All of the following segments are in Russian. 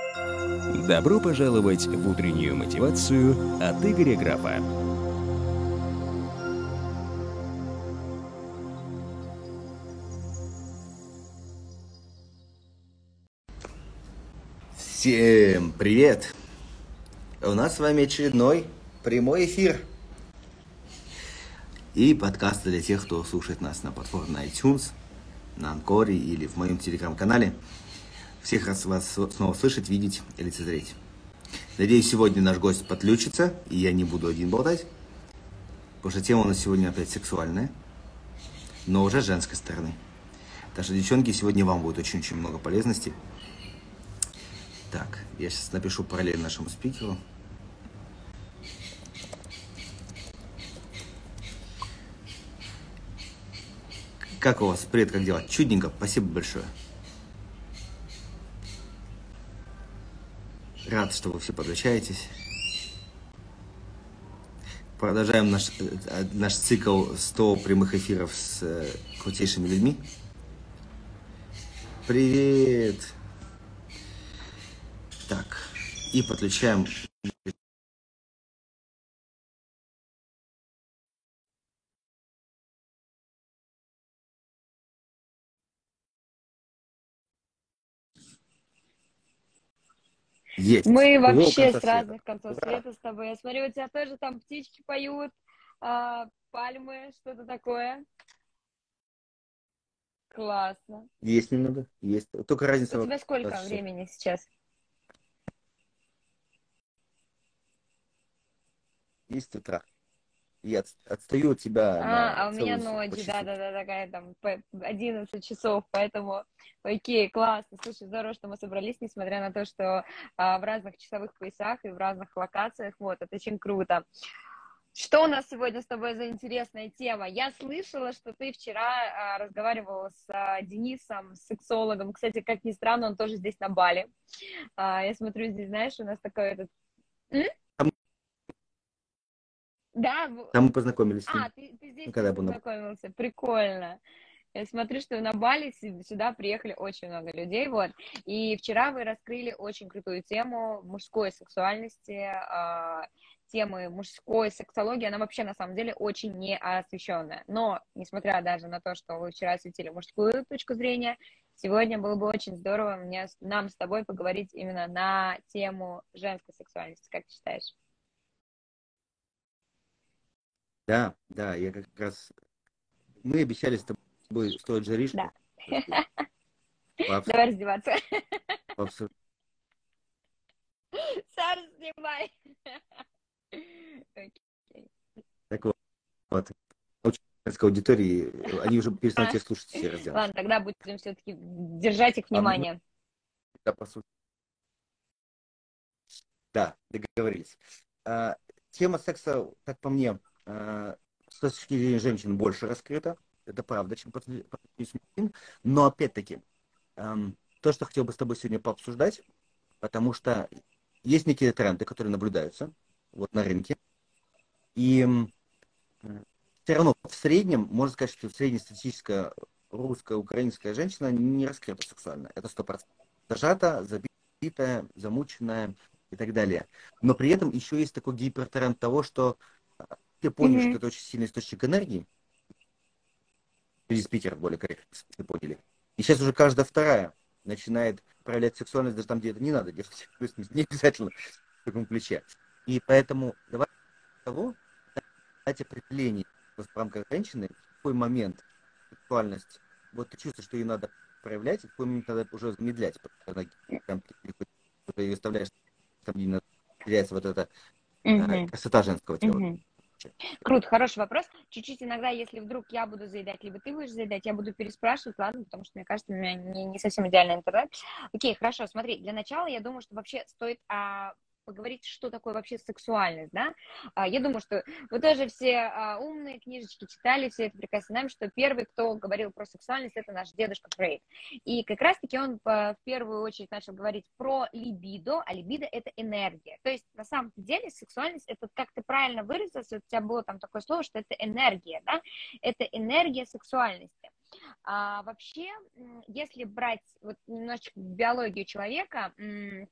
Добро пожаловать в утреннюю мотивацию от Игоря Графа. Всем привет! У нас с вами очередной прямой эфир и подкаст для тех, кто слушает нас на платформе на iTunes, на Анкоре или в моем телеграм-канале. Всех раз вас снова слышать, видеть и лицезреть. Надеюсь, сегодня наш гость подключится, и я не буду один болтать, потому что тема у нас сегодня опять сексуальная, но уже с женской стороны. Так что, девчонки, сегодня вам будет очень-очень много полезности. Так, я сейчас напишу параллельно нашему спикеру. Как у вас? Привет, как дела? Чудненько, спасибо большое. Рад, что вы все подключаетесь. Продолжаем наш цикл 100 прямых эфиров с крутейшими людьми. Привет! Так, и подключаем... Есть. Мы вообще Конца с разных света. концов Ура. света с тобой. Я смотрю, у тебя тоже там птички поют, пальмы, что-то такое. Классно. Есть немного, есть. Только разница... У тебя сколько часов. времени сейчас? Есть утра. Я отстаю от тебя на У меня целую ночь, почти сутки. да, такая там 11 часов, поэтому окей, классно. Слушай, здорово, что мы собрались, несмотря на то, что в разных часовых поясах и в разных локациях, вот, это очень круто. Что у нас сегодня с тобой за интересная тема? Я слышала, что ты вчера разговаривала с Денисом, с сексологом. Кстати, как ни странно, он тоже здесь на Бали. Я смотрю, здесь, знаешь, у нас такой этот... Да? Там мы познакомились с ним. Ты здесь Когда не я был на... познакомился. Прикольно. Я смотрю, что на Бали сюда приехали очень много людей, вот. И вчера вы раскрыли очень крутую тему мужской сексуальности, темы мужской сексологии, она вообще на самом деле очень неосвещенная. Но, несмотря даже на то, что вы вчера осветили мужскую точку зрения, сегодня было бы очень здорово нам с тобой поговорить именно на тему женской сексуальности. Как ты считаешь? Да, я как раз... Мы обещали с тобой стоить жаришку. Да. Пообсуждать. Давай раздеваться. Сар, снимай. Так вот. Аудитории, они уже перестанут тебя слушать, все разденутся. Ладно, тогда будем все-таки держать их внимание. Да, договорились. Тема секса, как по мне, с точки зрения женщин больше раскрыта. Это правда, чем по мужчин. Но опять-таки, то, что хотел бы с тобой сегодня пообсуждать, потому что есть некие тренды, которые наблюдаются вот на рынке. И все равно в среднем, можно сказать, что среднестатистическая русская, украинская женщина не раскрыта сексуально. Это 100%. Зажата, забитая, замученная и так далее. Но при этом еще есть такой гипертренд того, что все поняли, что это очень сильный источник энергии. Спикер более корректно, все поняли. И сейчас уже каждая вторая начинает проявлять сексуальность даже там, где это не надо делать. То есть не обязательно в таком ключе. И поэтому давай того, дать определение в рамках женщины, в какой момент сексуальность, вот ты чувствуешь, что ее надо проявлять, и в какой момент надо уже замедлять, потому что она ты ее оставляешь там, где надо, теряется вот эта красота женского тела. Круто, хороший вопрос. Чуть-чуть иногда, если вдруг я буду заедать, либо ты будешь заедать, я буду переспрашивать, ладно, потому что, мне кажется, у меня не совсем идеальный интернет. Окей, хорошо, смотри, для начала я думаю, что вообще стоит поговорить, что такое вообще сексуальность, да. Я думаю, что вы тоже все умные, книжечки читали, все это прекрасно знаем, что первый, кто говорил про сексуальность, это наш дедушка Фрейд. И как раз-таки он в первую очередь начал говорить про либидо, а либидо – это энергия. То есть, на самом деле, сексуальность – это, как ты правильно выразился, у тебя было там такое слово, что это энергия, да, это энергия сексуальности. Вообще, если брать вот немножечко биологию человека,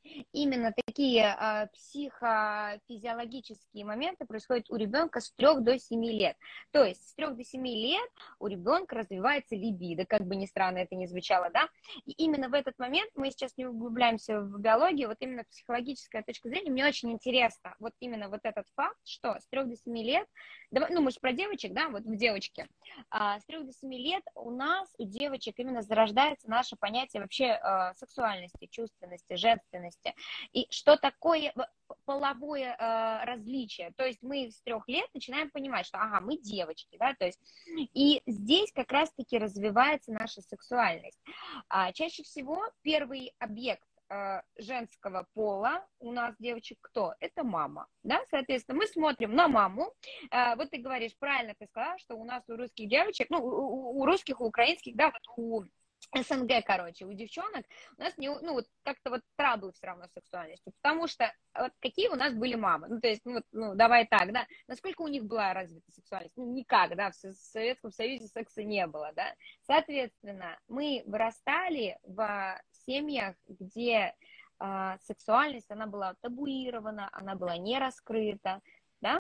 Именно такие психофизиологические моменты происходят у ребенка с 3 до 7 лет. То есть с 3 до 7 лет у ребенка развивается либидо, как бы ни странно это ни звучало, да. И именно в этот момент, мы сейчас не углубляемся в биологию, вот именно психологическая точка зрения, мне очень интересно, вот именно вот этот факт, что с 3 до 7 лет, ну мы же про девочек, да, вот в девочке, с 3 до 7 лет у нас, у девочек именно зарождается наше понятие вообще сексуальности, чувственности, женственности. И что такое половое различие? То есть мы с 3 лет начинаем понимать, что, ага, мы девочки, да, то есть, и здесь как раз-таки развивается наша сексуальность. Чаще всего первый объект женского пола у нас девочек кто? Это мама, да, соответственно, мы смотрим на маму, вот ты говоришь, правильно ты сказала, что у нас у русских девочек, ну, у русских, у украинских, да, вот у СНГ, короче, у девчонок у нас не, ну, вот как-то вот траблы все равно с сексуальностью, потому что вот какие у нас были мамы, ну, то есть, ну, вот, ну, давай так, да, насколько у них была развита сексуальность, ну, никак, да, в Советском Союзе секса не было, да, соответственно, мы вырастали в семьях, где сексуальность, она была табуирована, она была не раскрыта, да,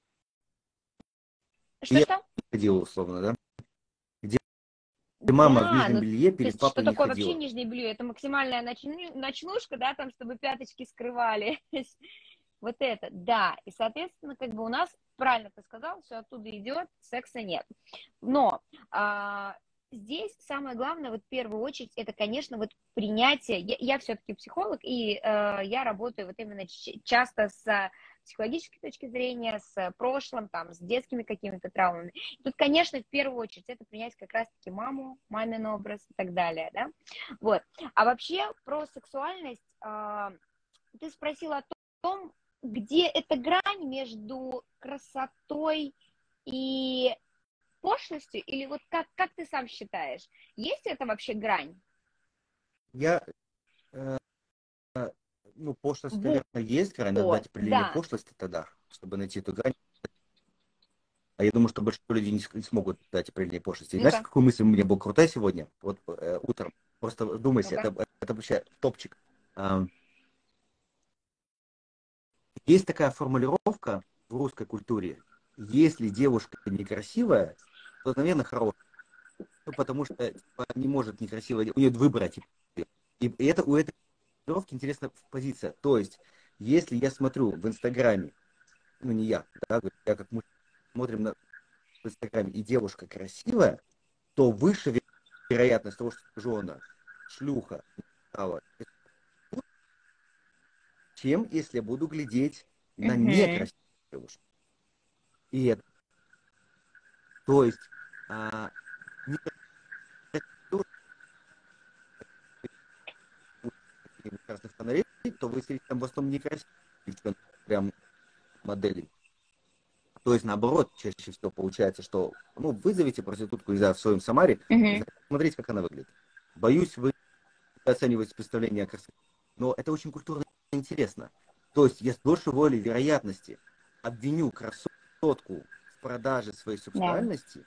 Я что-что? ходил, условно, да? Где мама в Да, нижнем ну, белье то перед есть что папой не такое вообще ходила. нижнее белье? Это максимальная ночнушка, да, там, чтобы пяточки скрывали. Вот это, да. И, соответственно, как бы у нас, правильно ты сказал, все оттуда идет, секса нет. Но здесь самое главное, вот в первую очередь, это, конечно, вот принятие. Я все-таки психолог, и я работаю вот именно часто с психологической точки зрения, с прошлым, там, с детскими какими-то травмами. И тут, конечно, в первую очередь это принять как раз-таки маму, мамин образ и так далее, да. Вот. А вообще про сексуальность ты спросила о том, где эта грань между красотой и пошлостью, или вот как ты сам считаешь, есть это вообще грань? Я, ну, пошлость, наверное, есть грань, надо Вот, дать определение да. пошлости тогда, чтобы найти эту грань. А я думаю, что большинство людей не смогут дать определение пошлости. И знаешь, Ну-ка, какую мысль у меня была крутая сегодня? Вот утром. Просто вдумайся, ну-ка. это вообще топчик. Есть такая формулировка в русской культуре. Если девушка некрасивая, то, наверное, хорошая. Ну, потому что типа, не может некрасивая, у нее выбора. Типа. И это у этой формулировки интересная позиция. То есть, если я смотрю в Инстаграме, ну не я, да, я как мы смотрим в Инстаграме, и девушка красивая, то выше вероятность того, что скажу она шлюха, чем если я буду глядеть на Угу. некрасивую девушку. И это, то есть, некрасивую красных фонарей, то вы встретите там в основном некрасивых девчонок, прям моделей. То есть, наоборот, чаще всего получается, что, ну, вызовите проститутку, не знаю, в своем Самаре, и Угу. смотрите, как она выглядит. Боюсь, вы оцениваете представление о красоте. Но это очень культурно интересно. То есть, я с большей волей вероятности обвиню красотку в продаже своей Да. сексуальности,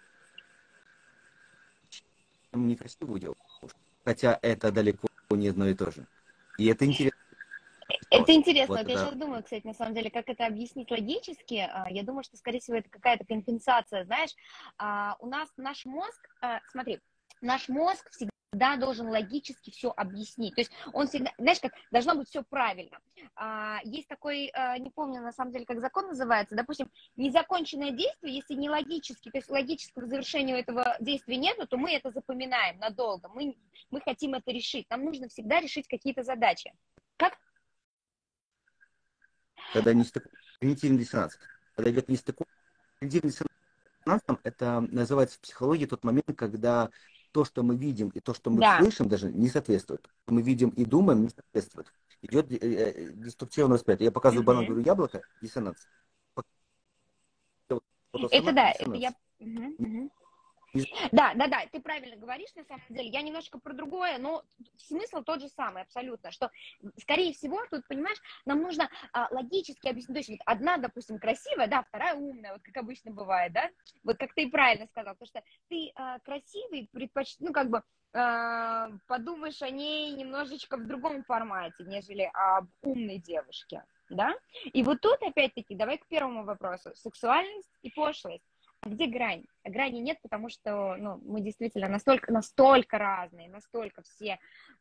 чем некрасивую девушку. Хотя это далеко не одно и то же. И это интересный Это вопрос. интересно. Вот Вот я это сейчас думаю, кстати, на самом деле, как это объяснить логически. Я думаю, что, скорее всего, это какая-то компенсация. Знаешь, у нас наш мозг, смотри, наш мозг всегда должен логически все объяснить. То есть он всегда, знаешь, как должно быть все правильно. Есть такой, не помню на самом деле, как закон называется, допустим, незаконченное действие, если не логически, то есть логического завершения у этого действия нету, то мы это запоминаем надолго. Мы хотим это решить. Нам нужно всегда решить какие-то задачи. Как когда не стыкуется. Когнитивный диссонанс. Когда идет не стыковка. Когнитивный диссонанс, это называется в психологии тот момент, когда то, что мы видим, и то, что мы Да. слышим, даже не соответствует. Мы видим и думаем, не соответствует. Идет деструктивное восприятие. Я показываю банан, Мгм. говорю яблоко, диссонанс. Вот Это сама да, это я... диссонанс. Мгм, мгм. Да, да, да, ты правильно говоришь, на самом деле. Я немножко про другое, но смысл тот же самый абсолютно, что, скорее всего, тут, понимаешь, нам нужно логически объяснить. То есть вот одна, допустим, красивая, да, вторая умная, вот как обычно бывает, да, вот как ты и правильно сказал, потому что ты красивый, ну, как бы, подумаешь о ней немножечко в другом формате, нежели об умной девушке, да? И вот тут, опять-таки, давай к первому вопросу. Сексуальность и пошлость. А где грань? А грани нет, потому что, ну, мы действительно настолько разные, настолько все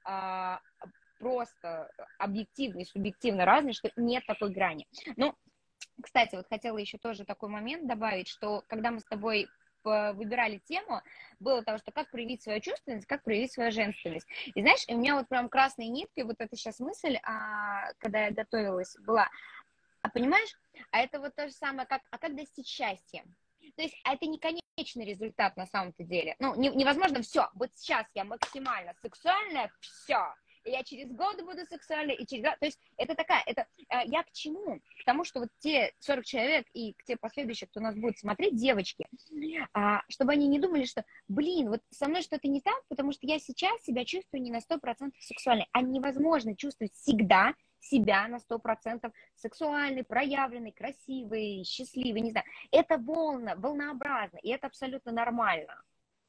просто объективно и субъективно разные, что нет такой грани. Ну, кстати, вот хотела еще тоже такой момент добавить, что когда мы с тобой выбирали тему, было того, что как проявить свою чувственность, как проявить свою женственность. И знаешь, у меня вот прям красной ниткой вот эта сейчас мысль, когда я готовилась, была, понимаешь, это вот то же самое, как достичь счастья. То есть это не конечный результат на самом-то деле. Ну, невозможно все, вот сейчас я максимально сексуальная, все, и я через год буду сексуальной, и через... То есть это такая, я к чему? К тому, что вот те 40 человек и к те последующие, кто нас будет смотреть, девочки, чтобы они не думали, что, блин, вот со мной что-то не так, потому что я сейчас себя чувствую не на 100% сексуальной. А невозможно чувствовать всегда себя на 100% сексуальный, проявленный, красивый, счастливый, не знаю. Это волнообразно, и это абсолютно нормально.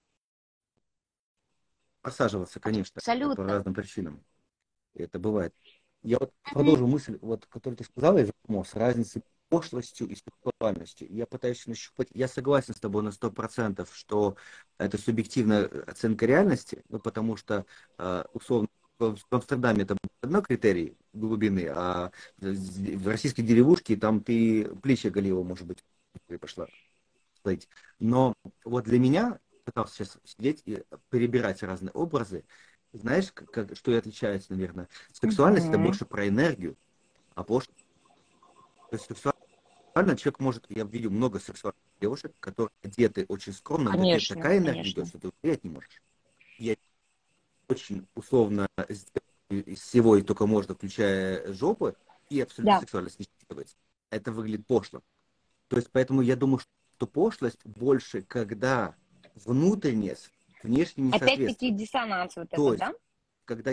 Просаживаться, конечно, по Абсолютно. разным причинам. Это бывает. Я вот продолжу мысль, вот, которую ты сказала, я с разницей пошлостью и сексуальностью. Я пытаюсь нащупать, я согласен с тобой на 100%, что это субъективная оценка реальности, ну, потому что, условно, в Амстердаме это одно критерий глубины, а в российской деревушке там ты плечи оголила, может быть, и пошла плыть. Но вот для меня, пытался сейчас сидеть и перебирать разные образы, знаешь, что и отличается, наверное? Сексуальность это больше про энергию, а пошлость. То есть сексуально человек может, я видел много сексуальных девушек, которые одеты очень скромно, но тебе Конечно, такая энергия конечно. идет, что ты устоять не можешь. Я очень условно из всего и только можно, включая жопы, и абсолютно Да. сексуальность не считывается. Это выглядит пошло. То есть поэтому я думаю, что пошлость больше, когда внутреннее с внешним не Опять-таки соответствует. диссонанс вот То этот, есть, да? когда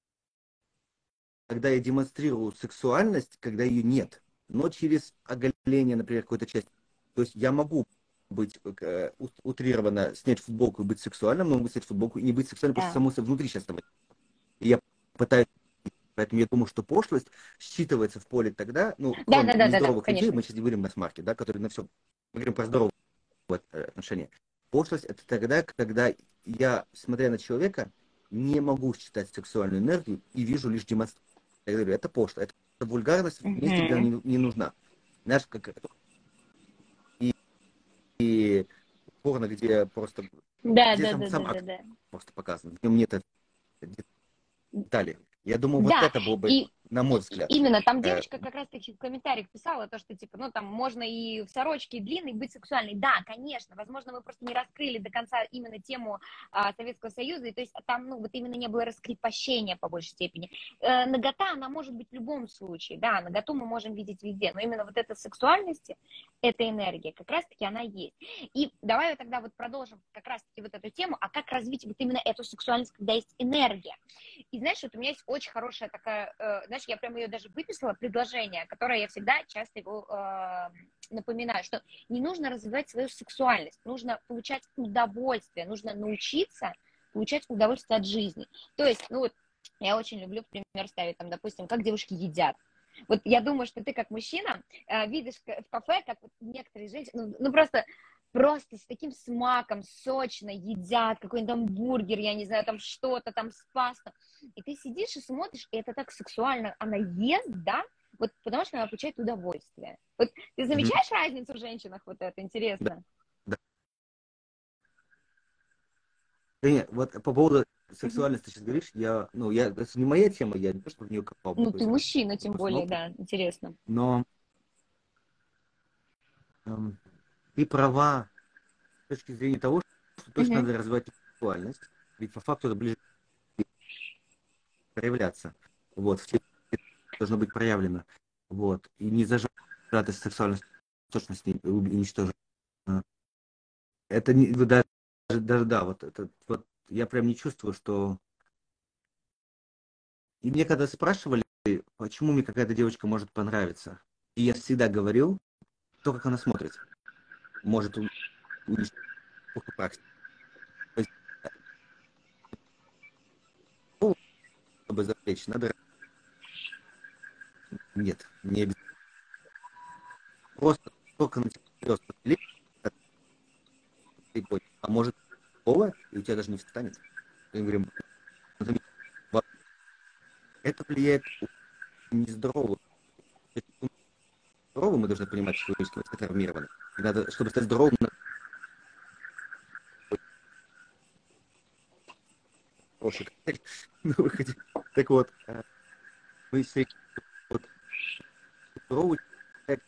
я демонстрирую сексуальность, когда ее нет, но через оголение, например, какой-то части. То есть я могу быть утрированно, снять футболку и быть сексуальным, но могу снять футболку и не быть сексуальным, потому Да. что само собой внутри сейчас там. И я пытаюсь, поэтому я думаю, что пошлость считывается в поле тогда, ну, Да, кроме да, да, да, да, нездоровых людей, конечно. мы сейчас не говорим на смарке, да, которые на все, мы говорим про здоровые отношения. Пошлость это тогда, когда я, смотря на человека, не могу считать сексуальную энергию и вижу лишь демонстрацию. Я говорю, это пошло, это вульгарность в месте, где она Мгм. не нужна. Знаешь, как и, и порно, где просто, Да, где да, сам, да, сам да, да, акт да. просто показан. В нем нет деталей. Я думаю, вот Да, это было бы, и на мой взгляд, именно там девочка как раз-таки в комментариях писала то, что типа, ну там можно и в сорочке длинной быть сексуальной. Да, конечно, возможно, мы просто не раскрыли до конца именно тему Советского Союза, и то есть там, ну вот именно не было раскрепощения по большей степени. Нагота, она может быть в любом случае, да, наготу мы можем видеть везде, но именно вот эта сексуальность, эта энергия, как раз-таки она есть. И давай тогда вот продолжим как раз-таки вот эту тему, а как развить вот именно эту сексуальность, когда есть энергия. И знаешь, вот у меня есть очень хорошая такая, знаешь, я прям ее даже выписала, предложение, которое я всегда часто его напоминаю, что не нужно развивать свою сексуальность, нужно получать удовольствие, нужно научиться получать удовольствие от жизни. То есть, ну вот, я очень люблю, в пример ставить, там, допустим, как девушки едят. Вот я думаю, что ты как мужчина видишь в кафе, как вот некоторые женщины, ну просто с таким смаком, сочно едят какой-нибудь там бургер, я не знаю, там что-то там с пастой. И ты сидишь и смотришь, и это так сексуально, она ест, да, вот потому что она получает удовольствие. Вот ты замечаешь разницу в женщинах, вот это да, интересно? да. Да нет, вот по поводу Мгм. сексуальности сейчас говоришь, это не моя тема, я не то, что в нее копал Ну, много ты лет, мужчина, тем просто на более, опыт, да, интересно. но эм, ты права с точки зрения того, что точно Мгм. надо развивать сексуальность, ведь по факту это ближе проявляться, вот, в тебе должно быть проявлено, вот, и не зажатость сексуальность точно с ней уничтожить. Это не, вот даже, да, вот это, вот, я прям не чувствую, что... И мне когда спрашивали, почему мне какая-то девочка может понравиться, и я всегда говорил, то, как она смотрит, может уничтожить практику. То есть чтобы завлечь, надо... Нет, не обязательно. Просто только на тебя посмотреть, ты понял. А может, такого, и у тебя даже не встанет. Мы говорим, это влияет нездорово. Здоровым мы должны понимать, что человеческий мозг травмирован. И надо, чтобы стать здоровым, надо хороший коктейль на выходе. Так вот, мы все вот, здоровый человек,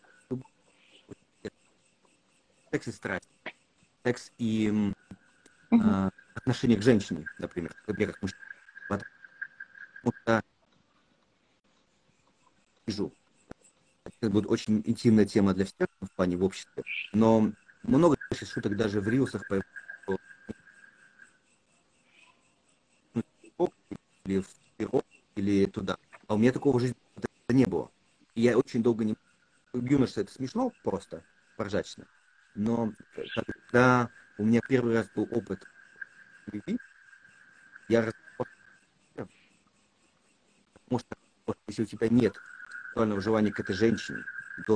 секс и страсть, секс и отношение к женщине, например, я как мужчина. Потому что вижу, это будет очень интимная тема для всех в плане в обществе, но много сейчас шуток даже в рилсах или в пирог, или туда. А у меня такого в жизни не было. И я очень долго не... Убью, что это смешно просто, поржачно. Но когда у меня первый раз был опыт любви, я потому что если у тебя нет сексуального желания к этой женщине, до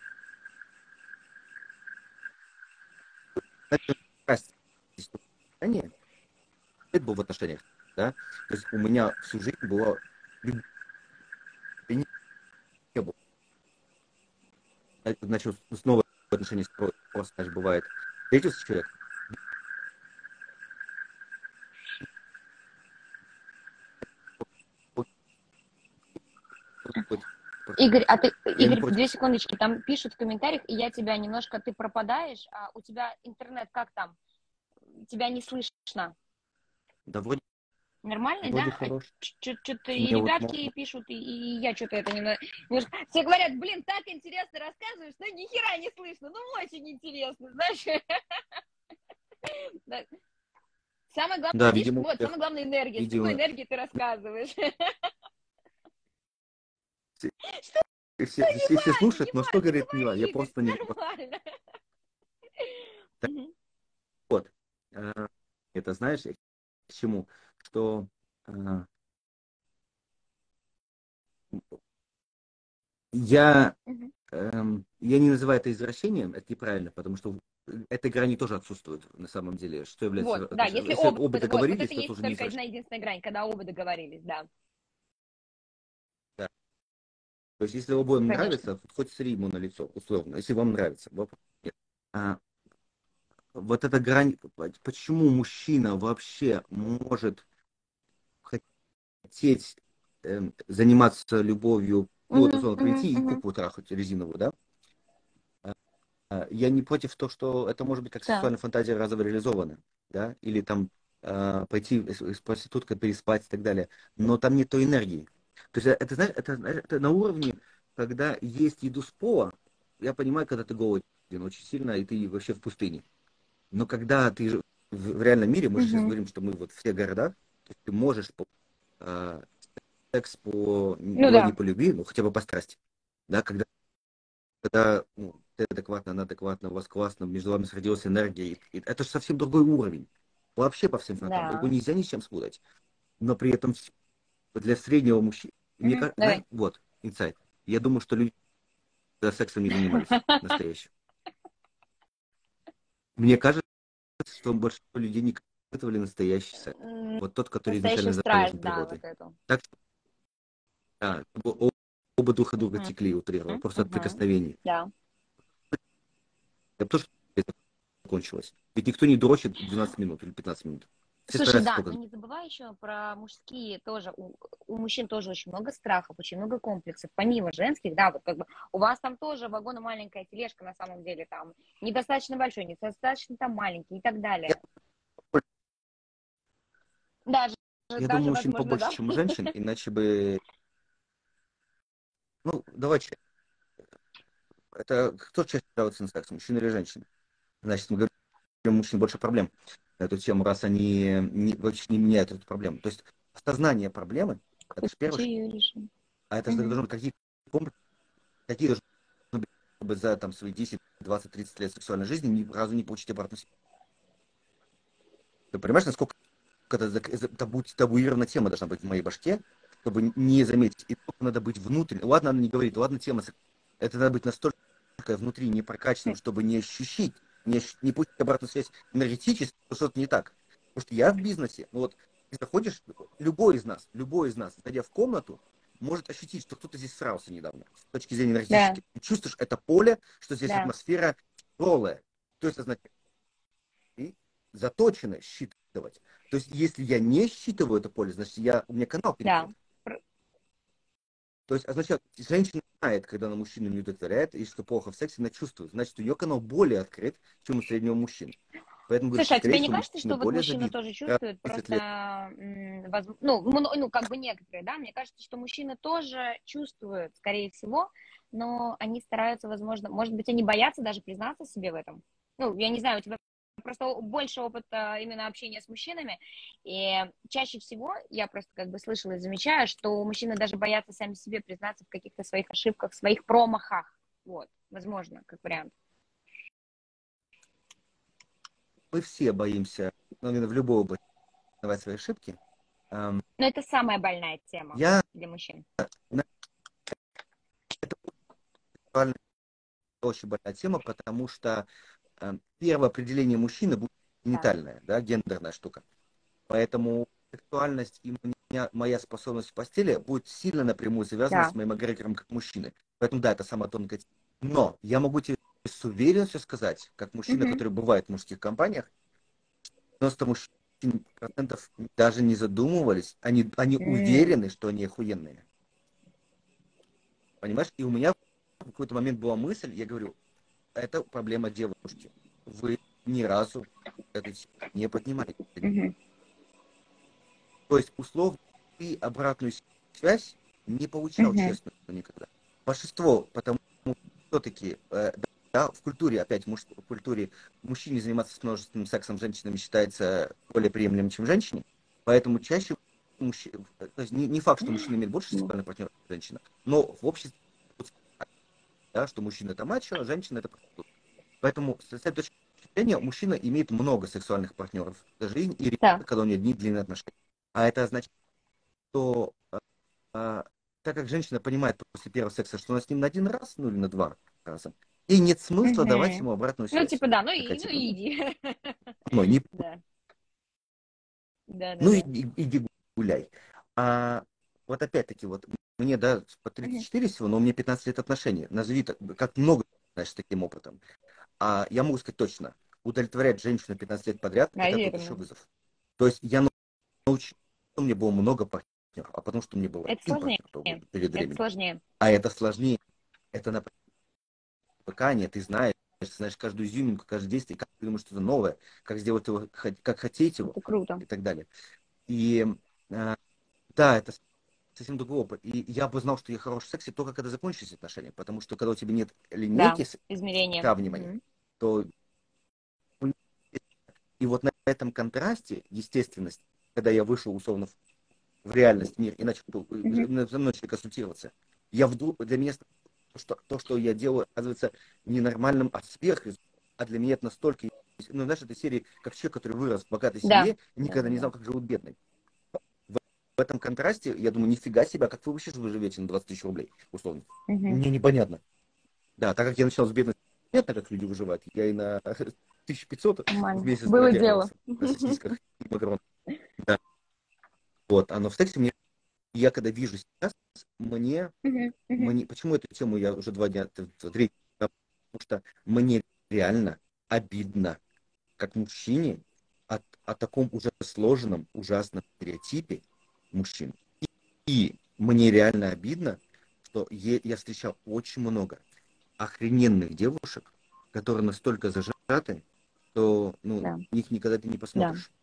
это было в отношениях, да, то есть у меня всю жизнь была не было. Начал снова отношения строить, просто, знаешь, бывает. Встретился человек, Игорь, я не Игорь, против. 2 секундочки, там пишут в комментариях, и я тебя немножко, ты пропадаешь, а у тебя интернет как там? Тебя не слышно. Да вроде Нормально, вроде да? хорош. Что-то и Мне вот ребятки пишут, и я что-то это немножко... Все говорят, блин, так интересно рассказываешь, но ни хера не слышно. Ну, очень интересно, знаешь. Самое главное, да, видишь, видимо, вот, самое главное энергия. С какой видимо, энергией ты рассказываешь? все слушают, но что Не говорит, не важно. говори, Я Игорь, просто не... нормально. Так вот, это знаешь, к чему? Что я я не называю это извращением, это неправильно, потому что этой грани тоже отсутствует на самом деле. Что является Вот, да, если Если оба вот это договорились, то это есть уже не только извращение. одна единственная грань, когда оба договорились, да, Да. То есть, если обоим конечно. нравится, хоть сри ему на лицо, условно, если вам нравится. Нет. Вот эта грань, почему мужчина вообще может хотеть заниматься любовью, ну вот Мгм, условно мгм, прийти и мгм. куклу трахать резиновую, да? Я не против того, что это может быть как Да. сексуальная фантазия разово реализована, да, или там пойти с проституткой переспать и так далее, но там нет той энергии. То есть это, знаешь, это на уровне, когда есть еду с пола, я понимаю, когда ты голоден очень сильно, и ты вообще в пустыне. Но когда ты в реальном мире, мы же сейчас Мгм. говорим, что мы вот в всех городах, то есть ты можешь э, секс по, Ну давай не да. по любви, но хотя бы по страсти, да, когда ну, ты адекватно, она адекватна, у вас классно, между вами сродилась энергия. И это же совсем другой уровень. Вообще по всем фронтам. Его Да. нельзя ни с чем спутать. Но при этом для среднего мужчины, мне Мгм. кажется, знаешь, Давай. вот, инсайт. Я думаю, что люди сексом не занимались настоящим. Мне кажется, что большинство людей не испытывали настоящий секс. Вот тот, который Настоящую изначально страсть, заложен да, вот природой. эту. Так что оба друг от друга Мгм. текли, утрировал, просто от Мгм. прикосновений. Да. Я бы тоже закончилось. Ведь никто не дрочит 12 минут или 15 минут. Все Слушай, стараются да, сколько. но не забывай еще про мужские тоже. У мужчин тоже очень много страхов, очень много комплексов, помимо женских, да, вот как бы у вас там тоже вагон и маленькая тележка на самом деле там недостаточно большой, недостаточно там маленький и так далее. Даже, Я думаю, даже мужчин возможно, побольше, да. чем женщин, иначе бы... Ну, давай честно. Это кто чаще нравится на секс, мужчина или женщина? Значит, мы говорим, у мужчин больше проблем на эту тему, раз они вообще не меняют эту проблему. То есть осознание проблемы, это же первый шаг. Ее решим. А это же Мгм. должны быть какие должны быть, чтобы за там, свои 10, 20, 30 лет сексуальной жизни ни разу не получить обратную связь. Ты понимаешь, насколько это табуированная тема должна быть в моей башке, чтобы не заметить. И только надо быть внутренне. Ладно, она не говорит, ладно, тема. Это надо быть настолько внутри не прокачанным, чтобы не ощущать, не пустить обратную связь энергетически, что что-то не так. Потому что я в бизнесе, ну вот, ты заходишь, любой из нас, зайдя в комнату, может ощутить, что кто-то здесь срался недавно, с точки зрения Да, энергетической. Ты чувствуешь это поле, что здесь да, атмосфера тяжелая. То есть, значит, и заточено считывать. То есть, если я не считываю это поле, значит, у меня канал да. перекрыт. То есть, означает, женщина знает, когда она мужчину не удовлетворяет, и что плохо в сексе, она чувствует. Значит, у нее канал более открыт, чем у среднего мужчины. Поэтому говорю, что, Слушай, а тебе скорее не всего, кажется, мужчины что вот более мужчины забиты. тоже Раз чувствуют, в 30 лет. просто, ну, как бы некоторые, да, мне кажется, что мужчины тоже чувствуют, скорее всего, но они стараются, возможно, может быть, они боятся даже признаться себе в этом. Ну, я не знаю, у тебя просто больше опыта именно общения с мужчинами, и чаще всего я просто как бы слышала и замечаю, что мужчины даже боятся сами себе признаться в каких-то своих ошибках, в своих промахах, вот, возможно, как вариант. Мы все боимся, ну, именно в любой области, признавать свои ошибки. Эм, Но это самая больная тема Я, для мужчин. это очень большая тема, потому что первое определение мужчины будет Так, генитальное, да, гендерная штука. Поэтому сексуальность и моя способность в постели будет сильно напрямую связана с да. моим эгрегором как мужчины. Поэтому да, это самая тонкая тема. Но я могу тебе с уверенностью сказать, как мужчина, Мгм. который бывает в мужских компаниях, 90 мужчин процентов даже не задумывались, они М, уверены, что они охуенные. Понимаешь? И у меня в какой-то момент была мысль, я говорю, это проблема девушки. Вы ни разу эту тему не поднимаете. мгм. То есть, условно, ты обратную связь не получал, Мгм. честно, никогда. Большинство, потому что все-таки, да, в культуре, опять, в культуре мужчине заниматься с множественным сексом женщинами считается более приемлемым, чем женщине. Поэтому чаще то есть не факт, что мужчина имеет больше Ну, сексуальных партнеров, чем женщина, но в обществе, да, что мужчина это мачо, а женщина это проститутка. Поэтому с этой точки зрения мужчина имеет много сексуальных партнеров за жизнь, и редко, да. когда у него длинные отношения. А это означает, что так как женщина понимает после первого секса, что она с ним на один раз, ну или на два раза, ей нет смысла давать Мгм. ему обратную Ну, связь. типа, да, Такая ну типа, и иди. ну, не, Да, да, да, ну да. иди гуляй. А вот опять-таки, вот мне, да, по Мгм. 34 всего, но у меня 15 лет отношений. Назови, как много, знаешь, с таким опытом. А я могу сказать точно, удовлетворять женщину 15 лет подряд, это тот еще Наверное. вызов. То есть я научился, что у меня было много партнеров, а потому что у меня был Это один сложнее. партнер перед Это временем. сложнее. А это сложнее. Это на привыкание, ты знаешь каждую изюминку, каждое действие, как ты думаешь что-то новое, как сделать его, как хотеть его Это круто. и так далее. И да, это совсем другой опыт. И я бы знал, что я хорош в сексе только когда закончились отношения, потому что когда у тебя нет Да. линейки Измерение. сравнивания, Мгм. то и вот на этом контрасте естественность, когда я вышел условно в реальность, мир, и начал Мгм. за мной начали консультироваться, я вдруг, для меня что то, что я делаю, оказывается ненормальным, а сверхъестественным. А для меня это настолько... Ну, знаешь, это серии, как человек, который вырос в богатой Да. семье, Да, никогда да, не да. знал, как живут бедные. В этом контрасте, я думаю, нифига себе, а как вы вообще вы живете на 20 тысяч рублей, условно? Мгм. Мне непонятно. Да, так как я начал с бедности, понятно, как люди выживают. Я и на 1500 в Нормально. месяц Было дело. продерживался на сосисках и макаронах. Да. Вот, а но в сексе мне, я когда вижу сейчас, мне Мгм. Мгм. почему эту тему я уже 2 дня, третий, потому что мне реально обидно, как мужчине, о таком уже сложенном, ужасном стереотипе мужчин. И мне реально обидно, что я встречал очень много охрененных девушек, которые настолько зажаты, что ну, Да. них никогда ты не Да. посмотришь.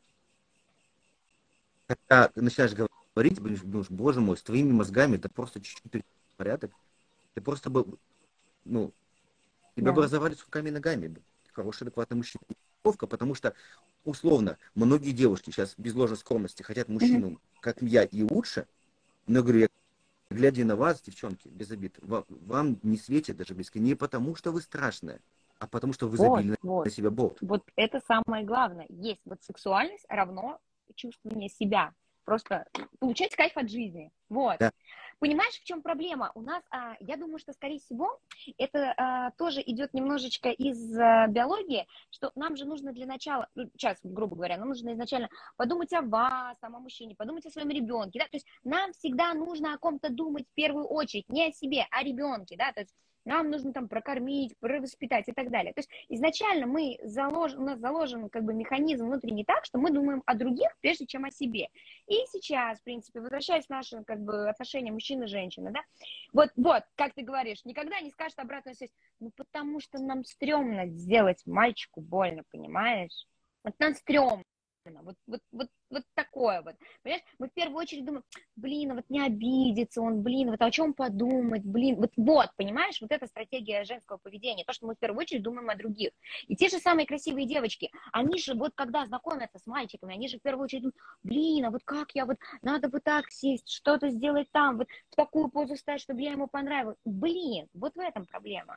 Когда ты начинаешь говорить, думаешь, боже мой, с твоими мозгами это просто чуть-чуть порядок. Ты просто бы, ну, тебя бы Да. разорвали с руками и ногами. Хороший, адекватный мужчина. Неловко, потому что, условно, многие девушки сейчас без ложной скромности хотят Мгм. мужчину, как я, и лучше. Но я говорю, я, глядя на вас, девчонки, без обид, вам не светит даже близко. Не потому, что вы страшная, а потому, что вы Вот, забили вот. на себя болт. Вот это самое главное. Есть вот сексуальность равно чувствование себя. просто получать кайф от жизни. Вот. Да. Понимаешь, в чем проблема? У нас, я думаю, что, скорее всего, это тоже идет немножечко из биологии, что нам же нужно для начала, ну, сейчас, грубо говоря, нам нужно изначально подумать о вас, о мужчине, подумать о своем ребенке, да, то есть нам всегда нужно о ком-то думать в первую очередь, не о себе, а о ребенке, да, то есть нам нужно там прокормить, воспитать и так далее. То есть изначально у нас заложен как бы механизм внутренний так, что мы думаем о других, прежде чем о себе. И сейчас, в принципе, возвращаясь к нашим как бы отношениям мужчины и женщины, да, вот, как ты говоришь, никогда не скажет обратную связь, ну, потому что нам стрёмно сделать мальчику больно, понимаешь? Вот нам стрёмно. Вот такое вот. Понимаешь, мы в первую очередь думаем, блин, а вот не обидится он, блин, вот о чем подумать, блин, вот, понимаешь, вот эта стратегия женского поведения, то, что мы в первую очередь думаем о других. И те же самые красивые девочки, они же вот когда знакомятся с мальчиками, они же в первую очередь думают, блин, а вот как я вот, надо вот так сесть, что-то сделать там, вот в такую позу стать, чтобы я ему понравилась. Блин, вот в этом проблема.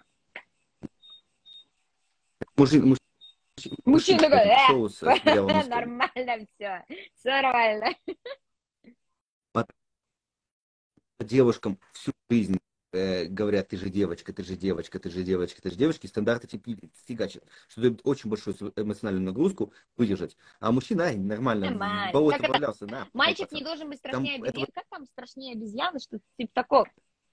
Мужчина такой, шоу с дьяволом на стуле. нормально все нормально. Девушкам всю жизнь говорят, ты же девочка, ты же девочка, ты же девочка, ты же девочка, и стандарты фигачат, что дает очень большую эмоциональную нагрузку выдержать. А мужчина, нормально, в болото повалялся, на. Мальчик не должен быть страшнее там, обезьяны. Как там страшнее обезьяны, что типа такого?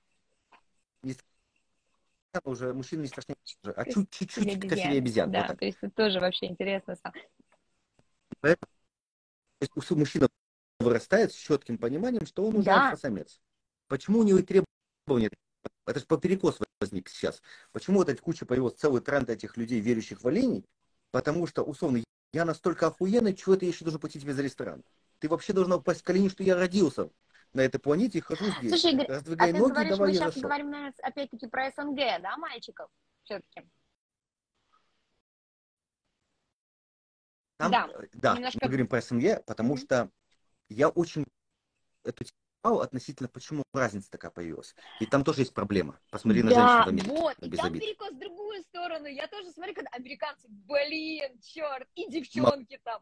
Уже мужчина не страшнее, а Красивее чуть-чуть красивее обезьян. Да, Вот так. то есть это тоже вообще интересно. Поэтому, то есть мужчина вырастает с четким пониманием, что он уже Да. альфа-самец. Почему у него и требования? Это же перекос возник сейчас. Почему вот эта куча появилась, целый тренд этих людей, верующих в оленей? Потому что, условно, я настолько охуенный, чего это я еще должен платить тебе за ресторан? Ты вообще должна упасть в колени, что я родился на этой планете и хожу здесь. Слушай, Игорь, раздвигай ты ноги, говоришь, давай мы я сейчас зашел. говорим, наверное, опять-таки про СНГ, да, мальчиков? Все-таки. Да, немножко... мы говорим про СНГ, потому что я очень эту тему относительно, почему разница такая появилась. И там тоже есть проблема. Посмотри на женщин в Америке. Вот, и там перекос в другую сторону. Я тоже смотрю, когда американцы, блин, черт, и девчонки там.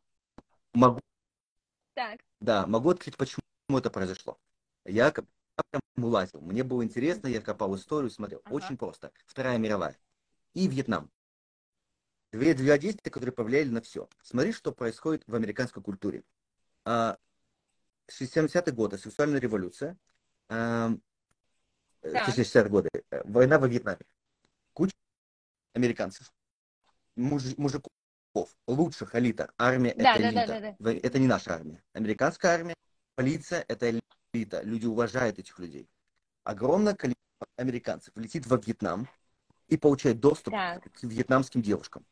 Могу открыть, почему это произошло. Я прям вылазил. Мне было интересно, я копал историю, смотрел. Очень просто. Вторая мировая. И Вьетнам. Две действия, которые повлияли на все. Смотри, что происходит в американской культуре. 60-е годы, сексуальная революция. 60-е годы. Война во Вьетнаме. Куча американцев. Мужиков. Лучших элита. Армия это элита. Это не наша армия. Американская армия, полиция это элита. Люди уважают этих людей. Огромное количество американцев летит во Вьетнам и получает доступ к вьетнамским девушкам.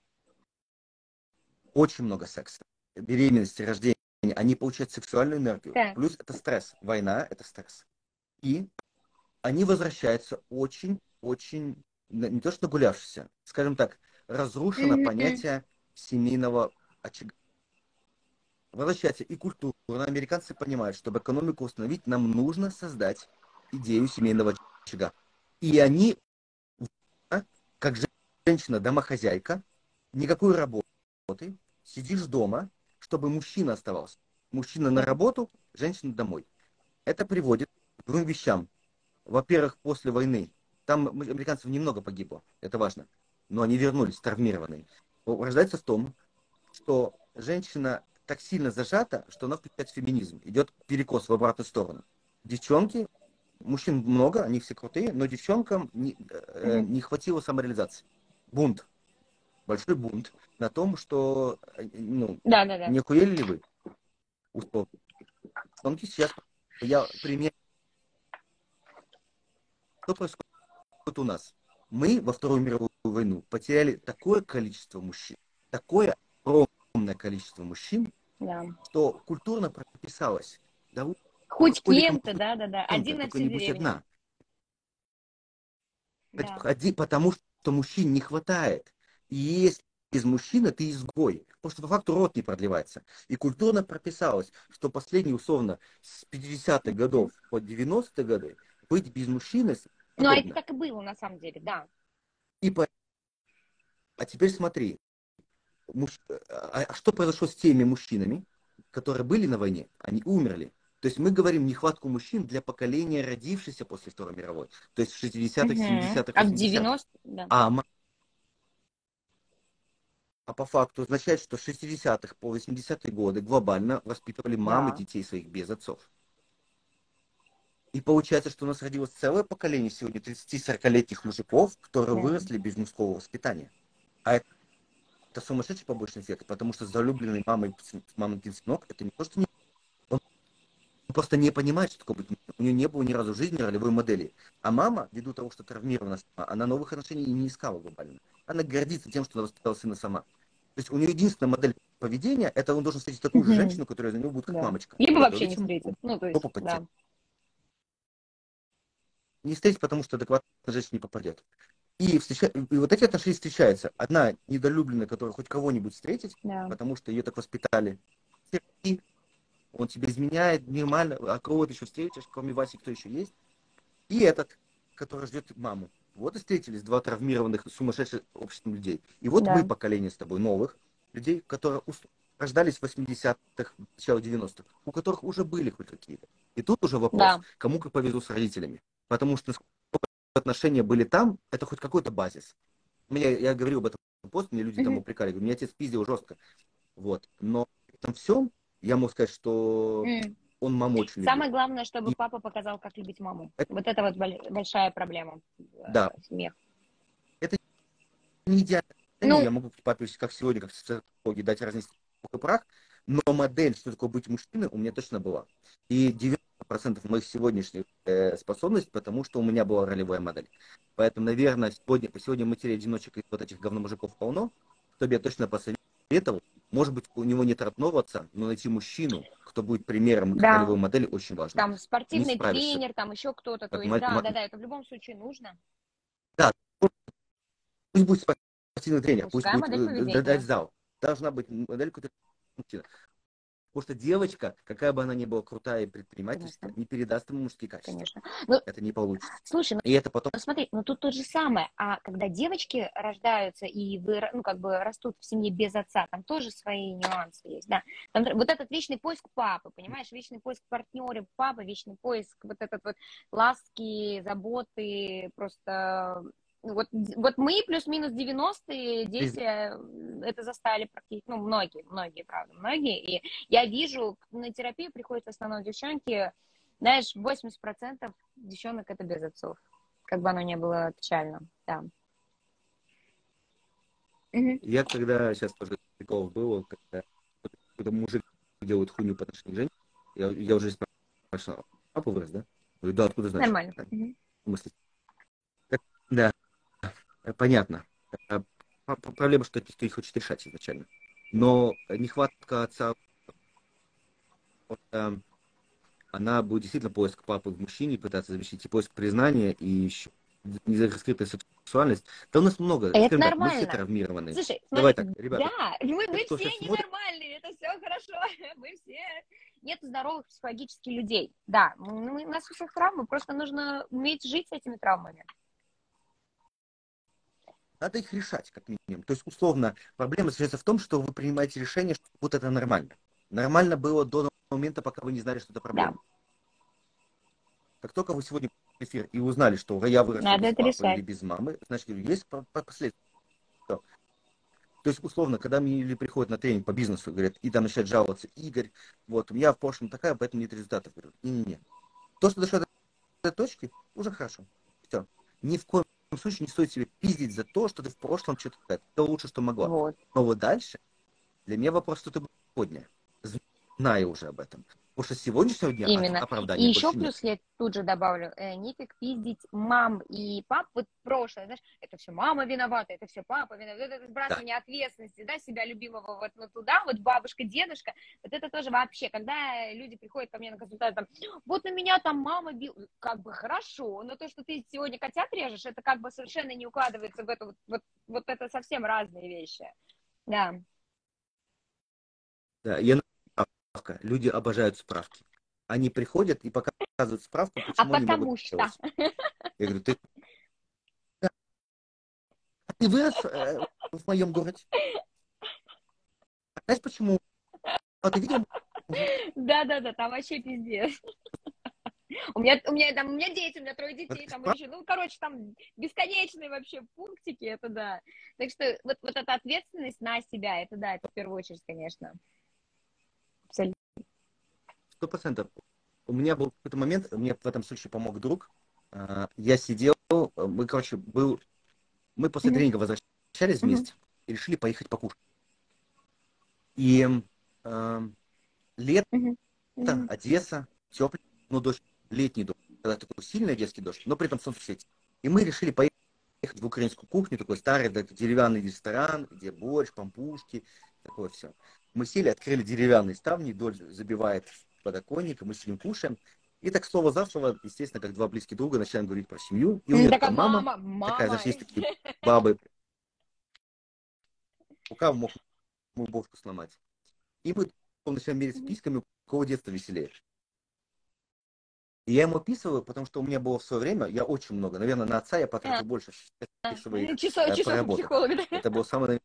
Очень много секса. Беременности, рождения. Они получают сексуальную энергию. Плюс это стресс. Война это стресс. И они возвращаются очень, не то что нагулявшиеся, скажем так, разрушено понятие семейного очага. Возвращается и культурно. Американцы понимают, чтобы экономику установить, нам нужно создать идею семейного очага. И они, как женщина-домохозяйка, никакой работы, сидишь дома, чтобы мужчина оставался. Мужчина на работу, женщина домой. Это приводит к двум вещам. Во-первых, после войны, там американцев немного погибло, это важно, но они вернулись травмированные. Рождается в том, что женщина так сильно зажата, что она включает феминизм. Идет перекос в обратную сторону. Девчонки, мужчин много, они все крутые, но девчонкам не хватило самореализации. Бунт. Большой бунт на том, что не охуели ли вы? Условно. Девчонки сейчас, я пример. Что происходит у нас? Мы во Вторую мировую войну потеряли такое количество мужчин, такое огромное количество мужчин, что культурно прописалось. Да, хоть кем-то, да. Один на всю деревню. Одна. Потому что мужчин не хватает. И если из мужчины ты изгой. Потому что по факту род не продлевается. И культурно прописалось, что последние, условно, с 50-х годов по 90-е годы быть без мужчины... Ну, а это так и было, на самом деле, да. А теперь смотри. Что произошло с теми мужчинами, которые были на войне? Они умерли. То есть мы говорим нехватку мужчин для поколения, родившихся после Второй мировой. То есть в 60-х, 70-х, А в 80-х. 90 да. А по факту означает, что с 60-х по 80-е годы глобально воспитывали мамы Да. детей своих без отцов. И получается, что у нас родилось целое поколение сегодня 30-40-летних мужиков, которые Да. выросли без мужского воспитания. А это сумасшедший побочный эффект, потому что залюбленный мамонькин сынок, это не то, что не... Он просто не понимает, что такое быть мужчиной. У нее не было ни разу в жизни ролевой модели. А мама, ввиду того, что травмирована сама, она новых отношений и не искала глобально. Она гордится тем, что она воспитала сына сама. То есть у нее единственная модель поведения, это он должен встретить такую же женщину, которая за него будет как Да. мамочка. Либо вообще не Готовить ему, встретит. Ну, то есть, жопу да. подтянуть. Не встретить, потому что адекватная женщина не попадет. И вот эти отношения встречаются. Одна недолюбленная, которая хоть кого-нибудь встретить, Да. потому что ее так воспитали. И он тебе изменяет нормально, а кого ты еще встретишь, кроме Васи, кто еще есть. И этот, который ждет маму. Вот и встретились два травмированных, сумасшедших обществом людей. И вот мы, Да. поколение с тобой новых людей, которые рождались в 80-х, начало 90-х, у которых уже были хоть какие-то. И тут уже вопрос, Да. кому как повезло с родителями. Потому что насколько отношения были там, это хоть какой-то базис. Я говорил об этом пост, мне люди там Мгм. упрекали, говорю, меня отец пиздил жестко. Вот. Но в этом всем я могу сказать, что М. он маму очень любил. Самое главное, чтобы И папа показал, как любить маму. это, Вот это вот большая проблема да, в семьях. это не идеальное Ну, решение. Я могу папе, как сегодня, как социологии, дать разнести пух и прах, но модель, что такое быть мужчиной, у меня точно была. И 90% моих сегодняшних способностей, потому что у меня была ролевая модель. Поэтому, наверное, сегодня матерей-одиночек и вот этих говномужиков полно, что бы я точно посоветовал. Может быть, у него нет родного отца, но найти мужчину, кто будет примером как да, ролевой модели, очень важно. там Не спортивный справишься. тренер, там еще кто-то. То Как есть, да, это в любом случае нужно. Да, пусть будет спортивный тренер, пусть Мужская будет модель дать поведения. зал. Должна быть модель, которая... Потому что девочка, какая бы она ни была крутая и предпринимательство, Конечно, не передаст ему мужские качества. конечно. Ну, Это не получится. слушай, И это потом... ну смотри, ну тут то же самое. А когда девочки рождаются и ну, как бы растут в семье без отца, там тоже свои нюансы есть, да. Там вот этот вечный поиск папы, понимаешь, вечный поиск партнера папы, вечный поиск вот этот вот ласки, заботы, просто... Вот мы плюс-минус 90-е дети это застали практически, ну, многие, правда, многие. И я вижу, на терапию приходят в основном девчонки, знаешь, 80% девчонок это без отцов. Как бы оно ни было печально, да. Мгм. Я когда сейчас тоже приколов было, когда какой-то мужик делает хуйню по отношению к женщине, я уже спрашивал, папа вырос, да? Говорю, да, откуда знаешь? Нормально. Мгм. В смысле? Да, понятно. А, Проблема, что ты их хочешь решать изначально. Но нехватка отца, она будет действительно поиск папы в мужчине, пытаться замещить и поиск признания, и еще нераскрытая сексуальность. Да у нас много, Это скажем так, мы все нормально. травмированы. Слушай, Давай смотри, так, ребята, да, мы кто все сейчас смотрит, ненормальные, это все хорошо, мы все... Нет здоровых психологических людей, да, у нас у всех травмы, просто нужно уметь жить с этими травмами. надо их решать, как минимум. То есть, условно, проблема заключается в том, что вы принимаете решение, что вот это нормально. Нормально было до момента, пока вы не знали, что это Да, проблема. Как только вы сегодня в эфир и узнали, что я выросла надо без это папы или решать. без мамы, значит, есть последствия. То есть, условно, когда мне или приходят на тренинг по бизнесу, говорят, и там начинают жаловаться, Игорь, вот, у меня в прошлом такая, поэтому нет результатов. Говорю, не-не-не. То, что дошло до этой точки, уже хорошо. Все. Ни в коем случае не стоит себе пиздить за то, что ты в прошлом что-то... Это лучше, что могла. Вот. Но вот дальше, для меня вопрос, что ты будешь сегодня, зная уже об этом. Потому что с сегодняшнего дня Именно. И оправдания еще больше нет. плюс я тут же добавлю, нифиг пиздить мам и пап, вот прошлое, знаешь, это все мама виновата, это все папа виноват, это Да. сбрасывание ответственности, да, себя любимого вот туда, вот бабушка, дедушка, вот это тоже вообще, когда люди приходят ко мне на консультацию, там, вот на меня там мама бил, как бы хорошо, но то, что ты сегодня котят режешь, это как бы совершенно не укладывается в это, вот это совсем разные вещи, да. Да, справка. Люди обожают справки. Они приходят и показывают справку, А почему они могут потому что, делать. Я говорю, ты вырос в моем городе. А знаешь почему? А ты видел Да-да-да, там вообще пиздец. У меня дети, у меня 3 детей, там еще, ну, короче, там бесконечные вообще пунктики, это да. Так что вот эта ответственность на себя, это да, это в первую очередь, конечно. Абсолютно. 100%. У меня был какой-то момент, мне в этом случае помог друг. Я сидел, мы после Мгм, тренинга возвращались мгм, вместе и решили поехать покушать. И лето, мгм, мгм. Одесса, теплый, ну, дождь, летний дождь, когда такой сильный одесский дождь, но при этом солнце светит. И мы решили поехать в украинскую кухню, такой старый такой деревянный ресторан, где борщ, пампушки, такое все. Мы сели, открыли деревянные ставни, вдоль забивает подоконник, и мы сидим, кушаем. И так слово за слово, естественно, как два близких друга, начинаем говорить про семью. И у нее Так, а такая мама, такая, мама. знаешь, есть такие бабы, у кого мог мою бошку сломать. И мы начинаем мерить Мгм. списками, у кого детство веселее. И я ему описываю, потому что у меня было в свое время, я очень много, наверное, на отца я потратил больше своих Часов у проработок. психолога, да? Это было самое...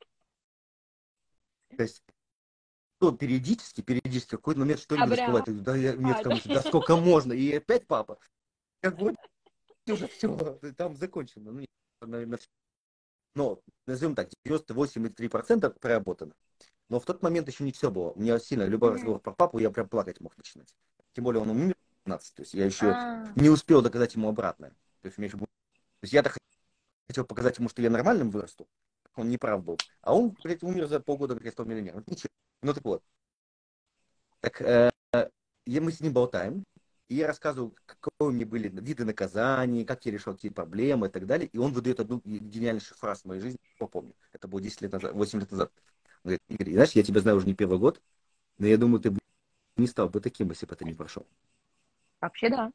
То есть, то периодически, в какой-то момент что-нибудь Прям, всплывает. Я говорю, да, я, нет, да. кому да сколько можно? И опять папа. Как бы уже все, там закончено. Ну, нет, наверное, но, назовем так, 98,3% проработано. Но в тот момент еще не все было. У меня сильно любой Мгм. разговор про папу, я прям плакать мог начинать. Тем более он умер в 15, то есть я еще А, не успел доказать ему обратное. То есть, то есть я-то хотел показать ему, что я нормальным вырасту. Он не прав был. А он, блядь, умер за полгода, как я стал миллионером. Ничего. Ну так вот. Так мы с ним болтаем. И я рассказываю, какие у меня были виды наказаний, как я решал какие проблемы и так далее. И он выдает одну гениальнейшую фразу в моей жизни, я помню. Это было 10 лет назад, 8 лет назад. Он говорит, Игорь, знаешь, я тебя знаю уже не первый год, но я думаю, ты бы не стал бы таким, если бы ты не прошел. вообще да.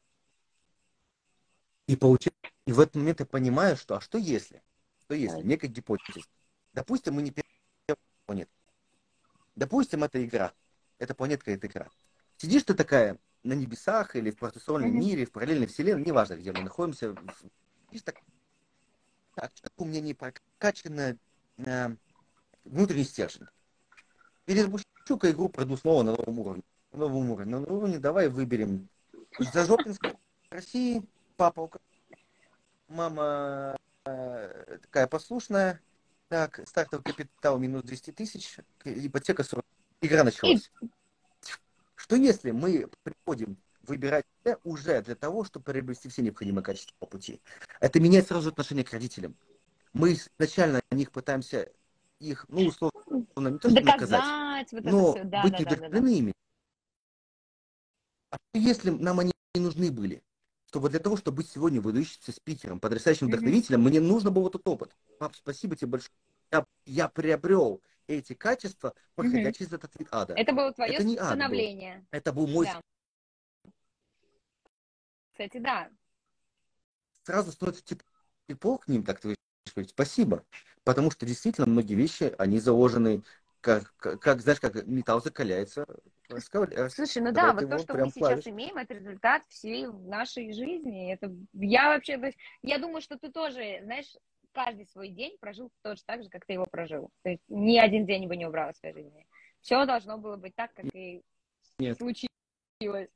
И получается, и в этот момент я понимаю, что, а что если? Что если? Ой. Некая гипотеза. Допустим, мы не первая планета. Допустим, это игра. Эта планетка — это игра. Сидишь ты такая на небесах или в протусольном Мгм. мире, в параллельной вселенной, неважно, где мы находимся. Сидишь так, что у меня не прокачанный внутренний стержень. Перезапущу-ка игру, пройду снова на новом уровне. На новом уровне. На новом уровне давай выберем Зажопинск России, папа, мама такая послушная. Так, стартовый капитал минус 200 тысяч, ипотека 40. Игра И началась. Что если мы приходим выбирать уже для того, чтобы приобрести все необходимые качества по пути? Это меняет сразу отношение к родителям. Мы изначально на них пытаемся их, ну, условно, не то, что наказать, доказать вот это но все. Да, быть да, да, да, да. недостойны ими. А если нам они не нужны были? Чтобы для того, чтобы быть сегодня выдающимся спикером, потрясающим Мгм. вдохновителем, мне нужно было тот опыт. Пап, спасибо тебе большое. Я приобрел эти качества, проходя Мгм. через этот вид ада. Это было твое Это не ад был. становление. Это был мой Да, кстати, да. сразу становится тепло к ним, так ты говоришь, спасибо. Потому что действительно многие вещи, они заложены, знаешь, как металл закаляется, Слушай, ну да, раскалывает вот то, его что мы прям сейчас клавиш. имеем, это результат всей нашей жизни. Это я вообще, то есть, я думаю, что ты тоже, знаешь, каждый свой день прожил точно так же, как ты его прожил. То есть ни один день бы не убрал из своей жизни. Все должно было быть так, как и Нет, случилось.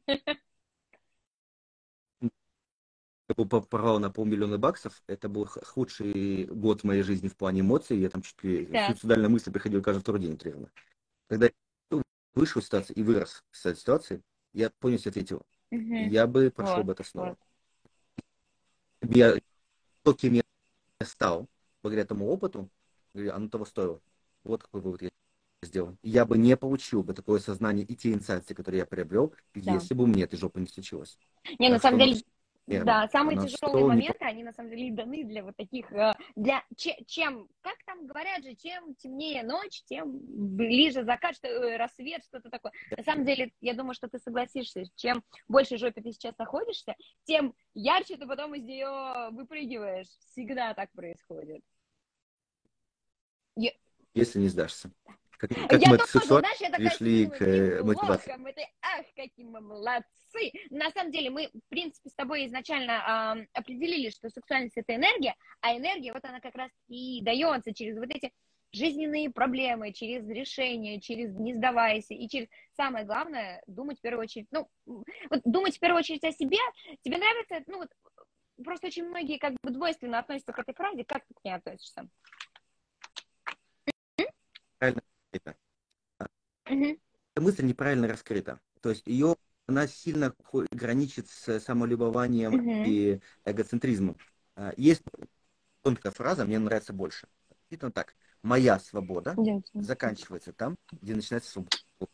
я был порвал на $500 000. Это был худший год в моей жизни в плане эмоций. Я там чуть ли Так. суицидальная мысль приходила каждый второй день примерно. Когда я вышел из ситуации и вырос с этой ситуации, я полностью ответил, Мгм. я бы прошел Вот, бы это вот. снова. Я, то, кем я стал, благодаря этому опыту, оно того стоило. Вот какой вывод я сделал. Я бы не получил бы такое сознание и те инсайты, которые я приобрел, Да. если бы у меня этой жопы не случилось. Не, на Так что самом оно деле, все верно. да, самые Оно тяжелые все не по... моменты, они на самом деле даны для вот таких, чем, как там говорят же, чем темнее ночь, тем ближе закат, рассвет, что-то такое. На самом деле, я думаю, что ты согласишься, чем больше жопе ты сейчас находишься, тем ярче ты потом из нее выпрыгиваешь. Всегда так происходит. если не сдашься. Как Я мы тоже, сексуально знаешь, я такая сижу, перешли думаю, к мотивации. неплохо, мы ты, ах, какие мы молодцы. На самом деле мы, в принципе, с тобой изначально определили, что сексуальность — это энергия, а энергия, вот она как раз и дается через вот эти жизненные проблемы, через решение, через не сдавайся, и через, самое главное, думать в первую очередь, ну, вот думать в первую очередь о себе. Тебе нравится, ну, вот, просто очень многие как бы двойственно относятся к этой фразе, как ты к ней относишься? Правильно раскрыта. Мгм. Эта мысль неправильно раскрыта. То есть она сильно граничит с самолюбованием Мгм. и эгоцентризмом. Есть тонкая фраза, мне нравится больше. Действительно так. Моя свобода Идёмте. заканчивается там, где начинается свобода.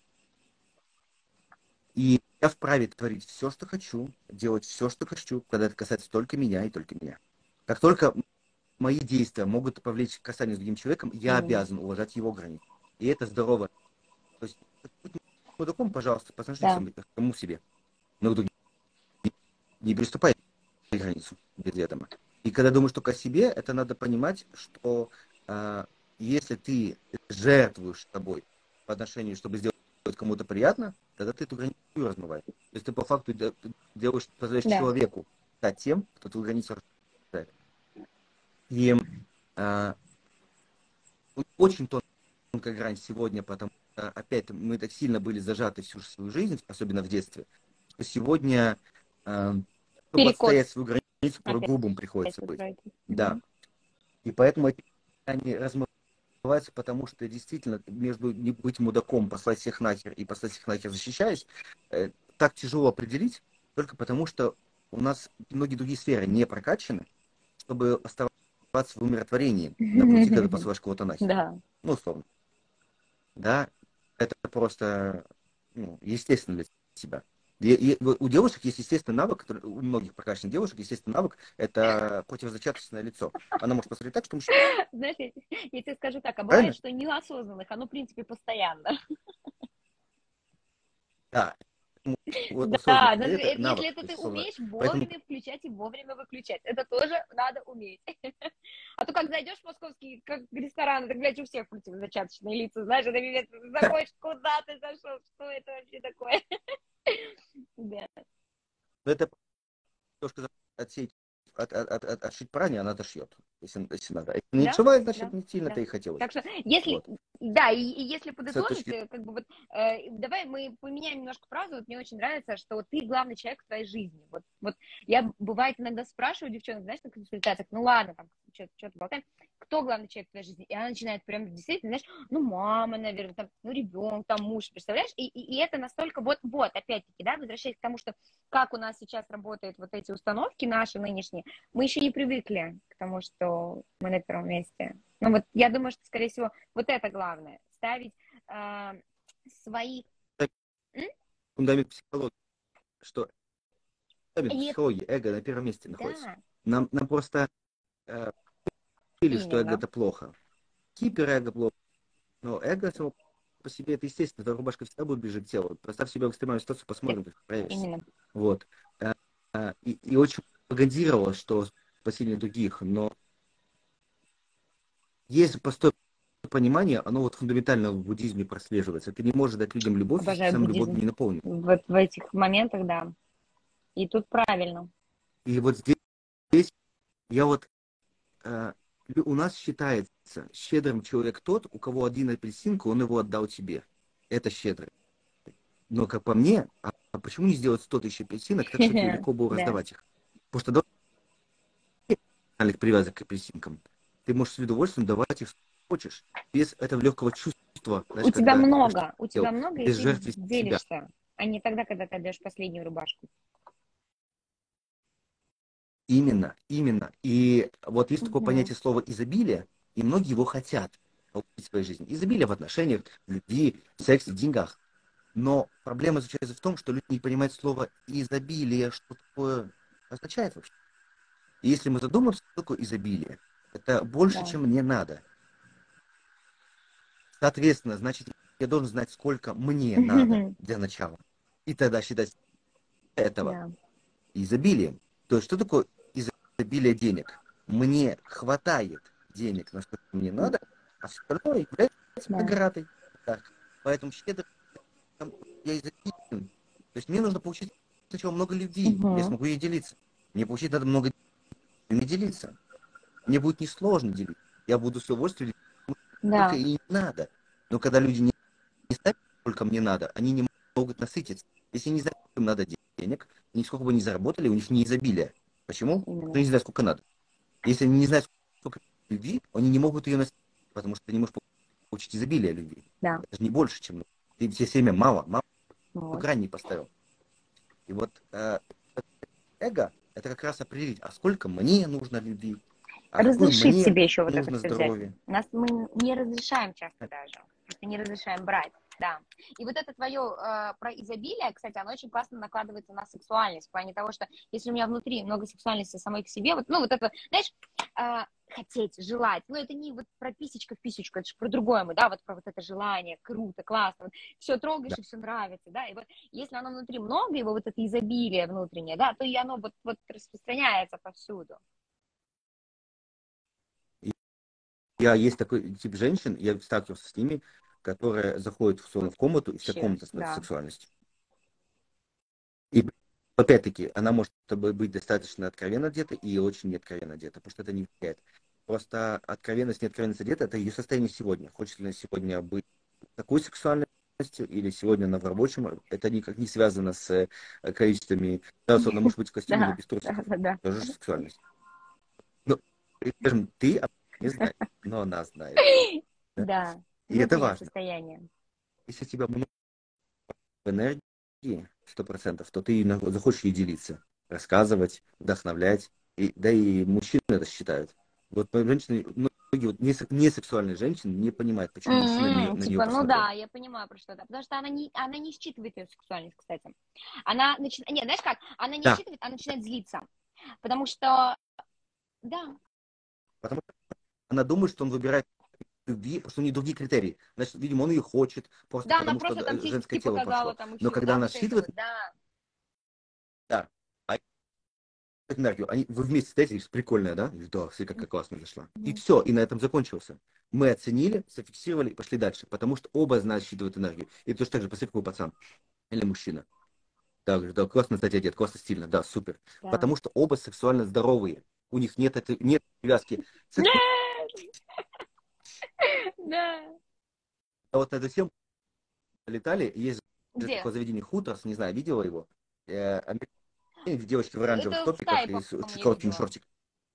И я вправе творить все, что хочу, делать все, что хочу, когда это касается только меня и только меня. Как только мои действия могут повлечь к касанию с другим человеком, я Именно. обязан уважать его границы. И это здорово. То есть, будь мудаком, пожалуйста, по Да. отношению к самому себе. Но к другим не переступай границу без этого. И когда думаешь только о себе, это надо понимать, что если ты жертвуешь собой по отношению, чтобы сделать кому-то приятно, тогда ты эту границу размываешь. То есть ты по факту делаешь, позволяешь Да. человеку стать тем, кто твою границу разрушает. И а, очень тонкая грань сегодня, потому что, опять, мы так сильно были зажаты всю свою жизнь, особенно в детстве, что сегодня, чтобы Перекос отстоять свою границу, порой опять грубым приходится быть. устроить. Да. И поэтому они размываются, потому что действительно между не быть мудаком, послать всех нахер и послать всех нахер защищаясь, так тяжело определить, только потому что у нас многие другие сферы не прокачаны, чтобы оставаться в умиротворении на пути, когда посылаешь кого-то нахер. Да. Ну, условно. Да, это просто естественно для тебя. И у девушек есть естественный навык, у многих прокачанных девушек естественный навык, это противозачаточное лицо. Она может посмотреть так, что мужчина. Знаешь, я тебе скажу так, а бывает, Правильно? что неосознанных, оно, в принципе, постоянно. Да. Да, но Это если навык. То это есть, ты условно. умеешь Поэтому, вовремя включать и вовремя выключать. Это тоже надо уметь. А то как зайдешь в московский как ресторан, так, блядь, у всех противозачаточные лица, знаешь, это пипец, заходишь, куда ты зашел, что это вообще такое? Да. это немножко отсеять, отшить пране, она отошьет, если надо. Если не Да, отшивает, значит, да, не сильно-то да. и хотелось. Так что, если, Вот. да, и если С этой подытожить, точки как бы вот, давай мы поменяем немножко фразу, вот мне очень нравится, что вот ты главный человек в твоей жизни. Вот я, бывает, иногда спрашиваю девчонок, знаешь, на консультациях, ну ладно, там, что-то болтаем, кто главный человек в твоей жизни? И она начинает прям действительно, знаешь, ну мама, наверное, там, ну ребенок, там муж, представляешь? И это настолько, вот, опять-таки, да, возвращаясь к тому, что как у нас сейчас работают вот эти установки наши нынешние, мы еще не привыкли к тому, что мы на первом месте. Ну вот я думаю, что, скорее всего, вот это главное. Ставить свои... М? фундамент психологии, что И психологии, эго на первом месте находится. да, Нам просто говорили, что эго именно. это плохо. Гиперэго плохо. Но эго само по себе это естественно. Эта рубашка всегда будет ближе к телу. Представь себе в экстремальную ситуацию, посмотрим, как ты справишься. Именно. Вот. И очень пропагандировала, что спасение других, но есть простое понимание, оно вот фундаментально в буддизме прослеживается. Ты не можешь дать людям любовь, если ты Обожаю сам любовью буддизм. не наполнен. Вот в этих моментах, да. И тут правильно. И вот здесь я вот у нас считается щедрым человек тот, у кого один апельсинка, он его отдал тебе. Это щедрый. Но, как по мне, почему не сделать 100 тысяч апельсинок так, чтобы легко было Да. раздавать их? Потому что должен привязок к апельсинкам. Ты можешь с удовольствием давать их, сколько хочешь, без этого легкого чувства, знаешь, У тебя когда много, и без ты жертвы себя. делишься, а не тогда, когда ты отдаешь последнюю рубашку. Именно, именно. И вот есть такое Мгм. понятие слова изобилие, и многие его хотят получить в своей жизни. Изобилие в отношениях, в любви, в сексе, в деньгах. Но проблема заключается в том, что люди не понимают слово изобилие, что такое означает вообще. И если мы задумаемся, что такое изобилие, это больше, Да. чем мне надо. Соответственно, значит, я должен знать, сколько мне надо для начала. И тогда считать этого Да. изобилием. То есть, что такое изобилие денег? Мне хватает денег, насколько мне надо, а все остальное является Да. наградой. Так. Поэтому щедро я изобилен. То есть мне нужно получить сначала много любви, я Мгм. смогу ей делиться. Мне получить надо много не делиться. Мне будет несложно делиться. Я буду с удовольствием Только Да. и не надо. Но когда люди не знают, сколько мне надо, они не могут насытиться. Если не знают, сколько им надо денег, они сколько бы ни заработали, у них не изобилие. Почему? Потому что Именно. они не знают, сколько надо. Если они не знают, сколько любви, они не могут ее носить, потому что ты не можешь получить изобилие любви. Да. Это же не больше, чем ты все время мало, мало Вот. грань не поставил. И вот эго — это как раз определить, а сколько мне нужно любви, а какое Разрешить мне себе еще вот это нужно все взять. здоровье. Мы не разрешаем часто даже. Просто не разрешаем брать. Да. И вот это твое про изобилие, кстати, оно очень классно накладывается на сексуальность. В плане того, что если у меня внутри много сексуальности самой к себе, вот, ну, вот это, знаешь, хотеть, желать, ну, это не вот про писечка в писечку, это же про другое мы, да, вот про вот это желание, круто, классно, вот, все трогаешь Да. и все нравится, да, и вот если оно внутри много, его вот это изобилие внутреннее, да, то и оно вот распространяется повсюду. Есть такой тип женщин, я сталкивался с ними, которые заходят в комнату, и вся Вообще, комната становится да. сексуальностью. И опять-таки, она может быть достаточно откровенно одета и очень неоткровенно одета, потому что это не влияет. Просто откровенность, неоткровенность одета — это ее состояние сегодня. Хочет ли она сегодня быть такой сексуальностью или сегодня она в рабочем, это никак не связано с количествами. Да, она может быть в костюме, но Да, без да, трусиков. да, да. Тоже же сексуальность. Ну, скажем, ты не знаешь, но она знает. Да? Да, И это внутреннее важно. состояние. Если у тебя много энергии, 100%, то ты захочешь ей делиться, рассказывать, вдохновлять. Да и мужчины это считают. Вот женщины, многие вот несексуальные женщины не понимают, почему мужчина на нее Типа, ну посмотрел. да, я понимаю про что это. Потому что она не считывает ее сексуальность, кстати. Она начинает, нет, знаешь как, она не Да, считывает, она начинает злиться. Потому что, да, потому что она думает, что он выбирает любви, потому что у нее другие критерии. Значит, видимо, он ее хочет, просто да, она потому что просто там женское сиськи тело показала пошло. там и Но все, когда да, она вот это считывает, вот, да. да, а энергию. Вы вместе встретились, прикольная, да? Да, смотри, как классно зашла. И Мгм. все, и на этом закончился. Мы оценили, зафиксировали и пошли дальше, потому что оба знают, считывают энергию. И точно так же, посмотри, какой пацан или мужчина. Так же, да, классно, кстати, одет, классно, стильно, да, супер. Да. Потому что оба сексуально здоровые. У них нет привязки. Нет! Да. А вот над этим летали, есть же Где? такое заведение Хуторс, не знаю, видела его? Американские девочки в оранжевых Это в топиках Тае, и с по-моему, я короткими видела. шортиками.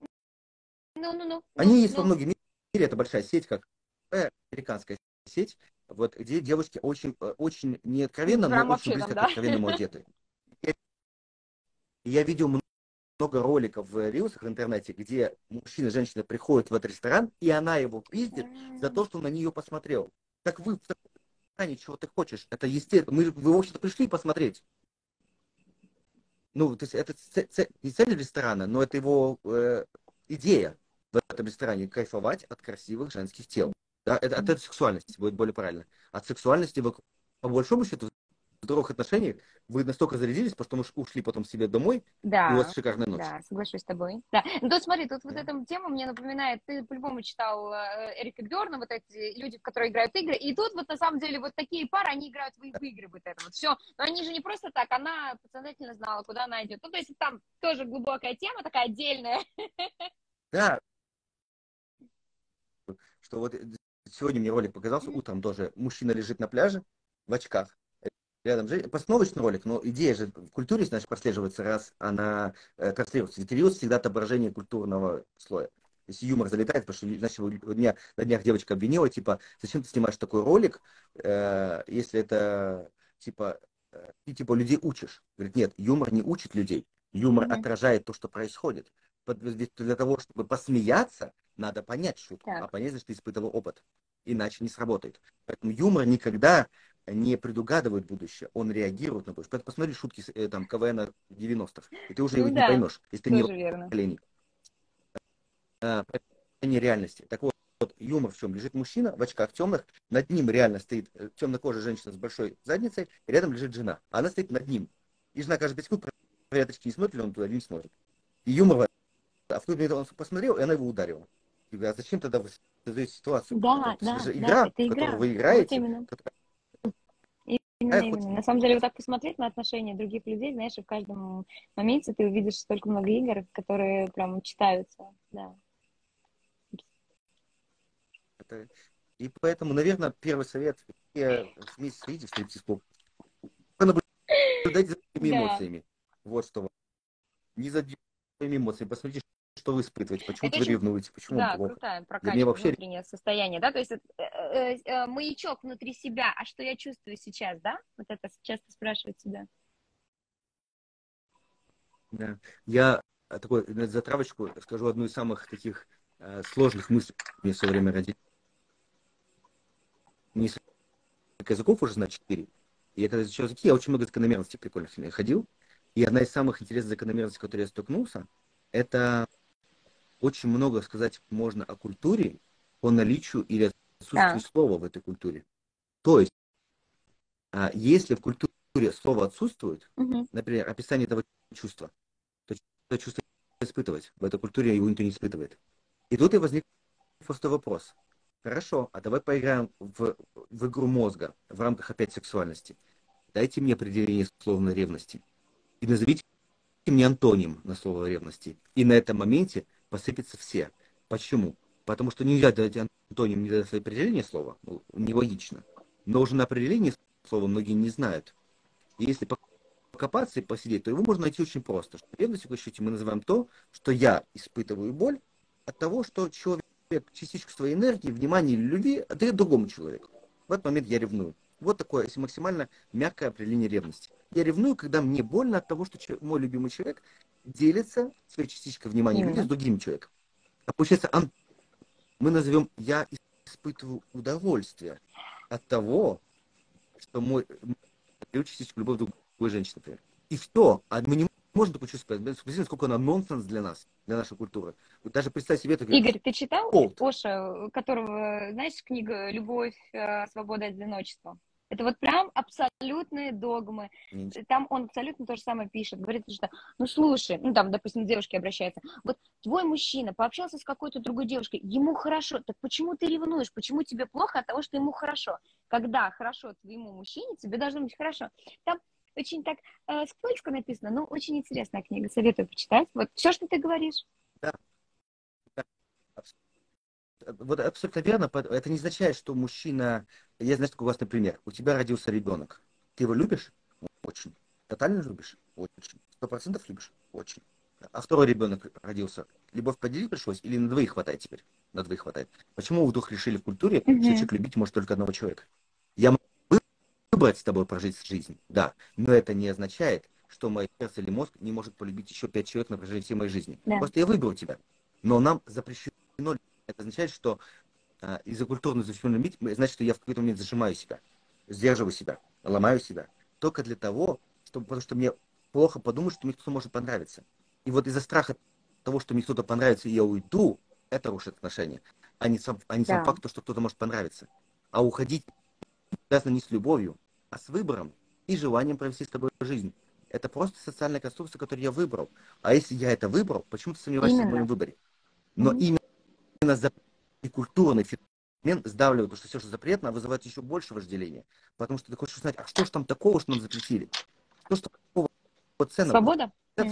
Ну, Они есть во ну. многих мире, это большая сеть, как американская сеть, вот, где девушки очень не откровенно, но Прям очень вообще там, близко к да? откровенному одеты. И я видел много роликов в рилсах в интернете, где мужчина и женщина приходят в этот ресторан, и она его пиздит за то, что он на нее посмотрел. Так вы в таком ресторане, чего ты хочешь? Это естественно. Вы, в общем-то, пришли посмотреть. Ну, то есть это не цель ресторана, но это его идея в этом ресторане — кайфовать от красивых женских тел. Да? Это, от этой сексуальности будет более правильно. От сексуальности вы, по большому счету, в здоровых отношениях вы настолько зарядились, потому что ушли потом себе домой, и у вас Да, шикарная ночь. да, соглашусь с тобой. Да. Ну, тут смотри, тут вот Да? эта тема мне напоминает, ты по-любому читал Эрика Бёрна, вот эти люди, которые играют игры, и тут вот на самом деле вот такие пары, они играют в игры, вот это вот все. Но они же не просто так, она подсознательно знала, куда она идет. Ну, то есть там тоже глубокая тема, такая отдельная. Да, что вот сегодня мне ролик показался, утром тоже мужчина лежит на пляже в очках, рядом же постановочный ролик, но идея же в культуре, значит, прослеживается, раз она транслируется. Ведь рилс всегда отображение культурного слоя. Если юмор залетает, потому что, значит, на днях девочка обвинила, типа, зачем ты снимаешь такой ролик, если это, типа, ты, типа, людей учишь. Говорит, нет, юмор не учит людей, юмор Мгм. отражает то, что происходит. Ведь для того, чтобы посмеяться, надо понять шутку, а Так. понять, что ты испытывал опыт. Иначе не сработает. Поэтому юмор никогда не предугадывает будущее, он реагирует на будущее. Поэтому посмотри шутки там, КВН 90-х, и ты уже его Ну не да, поймешь, если ты не тоже верно. поколений. Не реальности. Так вот, юмор в чем? Лежит мужчина в очках темных, над ним реально стоит темнокожая женщина с большой задницей, и рядом лежит жена. А она стоит над ним. И жена каждый 5 секунд проверяет очки, не смотрит ли он туда, или не смотрит. И юмор, а в тот момент он посмотрел, и она его ударила. И говорю, а зачем тогда вы создаете ситуацию? Да, Это да, же да, игра, это в которую игра. вы Вот играете, именно. которая Именно, хоть именно. На самом деле, вот так посмотреть на отношения других людей, знаешь, и в каждом моменте ты увидишь столько много игр, которые прям читаются. Да. И поэтому, наверное, первый совет, вместе сходите в стриптиз-клуб, понаблюдайте за своими Да, эмоциями. Вот что вам. Не за своими эмоциями, посмотрите, что вы испытываете, это почему-то вы очень, ревнуете, почему вам да, плохо. крутая Для меня прокачка, вообще внутреннее состояние, да, то есть маячок внутри себя, а что я чувствую сейчас, да? Вот это часто спрашивают себя. да. Я такой на затравочку скажу одну из самых таких сложных мыслей мне все время родить. Несколько языков уже знаю 4. И я когда изучал языки, я очень много закономерностей прикольных ходил. И одна из самых интересных закономерностей, которые я столкнулся, это очень много сказать можно о культуре по наличию или отсутствию Так. слова в этой культуре. То есть, если в культуре слово отсутствует, Мгм. например, описание этого чувства, то это чувство испытывать. В этой культуре его никто не испытывает. И тут и возник просто вопрос. Хорошо, а давай поиграем в игру мозга в рамках опять сексуальности. Дайте мне определение словно ревности. И назовите мне антоним на слово ревности. И на этом моменте посыпятся все. Почему? Потому что нельзя дать антоним, не дать определение слова. Ну, нелогично. Но уже на определение слова многие не знают. И если покопаться и посидеть, то его можно найти очень просто. Что ревностью, в счете, мы называем то, что я испытываю боль от того, что человек частичку своей энергии, внимания или любви отдает другому человеку. В этот момент я ревную. Вот такое максимально мягкое определение ревности. Я ревную, когда мне больно от того, что мой любимый человек делится своей частичкой внимания и любви с Именно. другим человеком. А получается, мы назовем «я испытываю удовольствие от того, что мою частичку любовь другой женщины, например. И все. А мы не можем такое чувство. Смотрите, насколько она нонсенс для нас, для нашей культуры. Вот даже представь себе такой Игорь, ты читал холод. Оша, которого, знаешь, книга «Любовь, свобода, одиночество»? Это вот прям абсолютные догмы. Там он абсолютно то же самое пишет. Говорит, что, ну слушай, ну там, допустим, к девушке обращается. Вот твой мужчина пообщался с какой-то другой девушкой, ему хорошо. Так почему ты ревнуешь? Почему тебе плохо от того, что ему хорошо? Когда хорошо твоему мужчине, тебе должно быть хорошо. Там очень так скользко написано, но очень интересная книга. Советую почитать. Вот все, что ты говоришь. Да, да, вот абсолютно верно. Это не означает, что мужчина... Я знаю, такой классный пример. У тебя родился ребенок. Ты его любишь? Очень. Тотально любишь? Очень. 100% любишь? Очень. А второй ребенок родился. Любовь поделить пришлось или на двоих хватает теперь? На двоих хватает. Почему вы вдруг решили в культуре, что Мгм. человек любить может только одного человека? Я могу выбрать с тобой прожить жизнь, да, но это не означает, что мое сердце или мозг не может полюбить еще 5 человек на протяжении всей моей жизни. Да. Просто я выбрал тебя. Но нам запрещено. Это означает, что из-за культурно запрещенного любить, значит, что я в какой-то момент зажимаю себя, сдерживаю себя, ломаю себя. Только для того, чтобы, потому что мне плохо подумать, что мне кто-то может понравиться. И вот из-за страха того, что мне кто-то понравится, и я уйду, это рушит отношения. А не сам Да. факт, что кто-то может понравиться. А уходить связано не с любовью, а с выбором и желанием провести с тобой жизнь. Это просто социальная конструкция, которую я выбрал. А если я это выбрал, почему ты сомневаешься в моем Именно. выборе? Но Мгм. именно запрет и культурный феномен сдавливает, потому что все, что запретно, вызывает еще больше вожделения. Потому что ты хочешь узнать, а что же там такого, что нам запретили? Что ж там такого ценного? Свобода?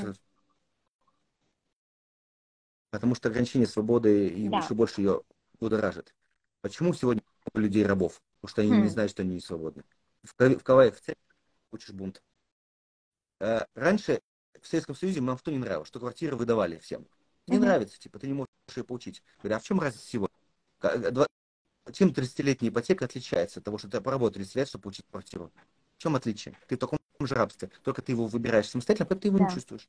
Потому что ограничение свободы и Да. еще больше ее будоражит. Почему сегодня много людей рабов? Потому что они не Хм. знают, что они не свободны. В церкви учишь бунт. Раньше в Советском Союзе нам что не нравилось, что квартиры выдавали всем. Не Мгм. нравится, типа, ты не можешь ее получить. Говорю, а в чем разница сегодня? Чем 30-летняя ипотека отличается от того, что ты поработал 30 лет, чтобы получить квартиру? В чем отличие? Ты в таком же рабстве, только ты его выбираешь самостоятельно, поэтому ты его не Да. чувствуешь.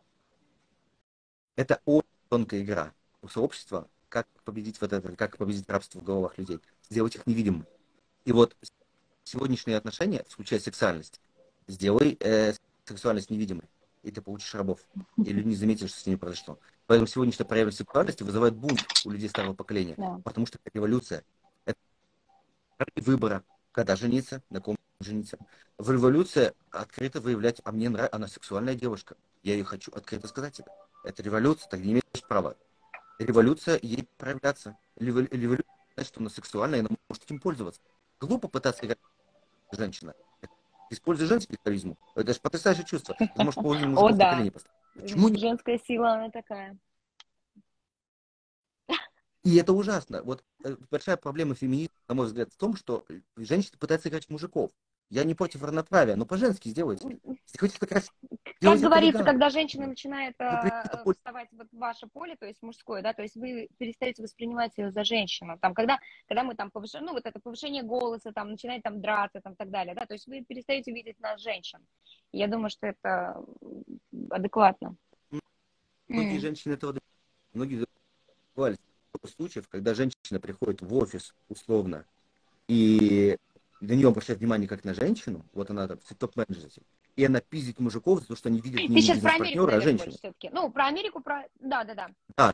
Это очень тонкая игра у сообщества, как победить вот это, как победить рабство в головах людей, сделать их невидимым. И вот сегодняшние отношения, включая сексуальность, сделай сексуальность невидимой, и ты получишь рабов. И люди не заметят, что с ними произошло. Поэтому сегодняшняя проявление сексуальности вызывает бунт у людей старого поколения, Да. потому что это революция. Это выбора, когда жениться, на ком жениться. В революции открыто выявлять, а мне нравится, она сексуальная девушка, я ее хочу открыто сказать тебе. Это революция, ты не имеешь права. Революция ей проявляться. Революция значит, что она сексуальная, и она может этим пользоваться. Глупо пытаться играть женщина. Используй женскую харизму. Это же потрясающее чувство. Ты можешь половину О, мужиков на да. колени поставить. Почему нет? Женская сила, она такая. И это ужасно. Вот большая проблема феминизма, на мой взгляд, в том, что женщины пытаются играть в мужиков. Я не против равноправия, но по-женски сделайте. Если хотите как раз Как делать это говорится, элегантно. когда женщина начинает Вы придете на вставать вот в ваше поле, то есть мужское, да, то есть вы перестаете воспринимать ее за женщину. Там, когда мы там повышаем, ну, вот это повышение голоса, там, начинает там драться, там, так далее, да, то есть вы перестаете видеть нас, женщин. И я думаю, что это адекватно. Многие женщины этого добиваются. Многие бывали случаев, когда женщина приходит в офис условно, и на нее обращают внимание как на женщину, вот она там топ-менеджер, и она пиздит мужиков за то, что они видят в ней Ты не сейчас про Америку, бизнес-партнера, а наверное, больше женщину. все-таки. Ну, про Америку, про... Да, да, да. Да,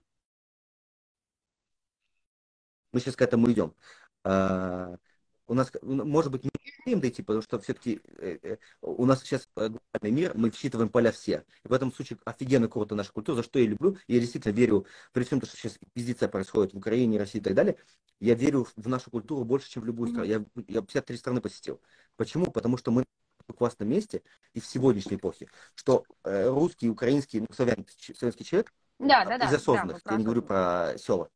мы сейчас к этому идем. У нас, может быть, не успеем дойти, потому что все-таки у нас сейчас глобальный мир, мы считываем поля все. И в этом случае офигенно круто наша культура, за что я люблю. Я действительно верю, при всем том, что сейчас пиздеца происходит в Украине, России и так далее, я верю в нашу культуру больше, чем в любую страну. Я 53 страны посетил. Почему? Потому что мы в классном месте и в сегодняшней эпохе, что русский, украинский, ну, славянский человек Да, да, из да, да, мы осознанных, я не говорю про села,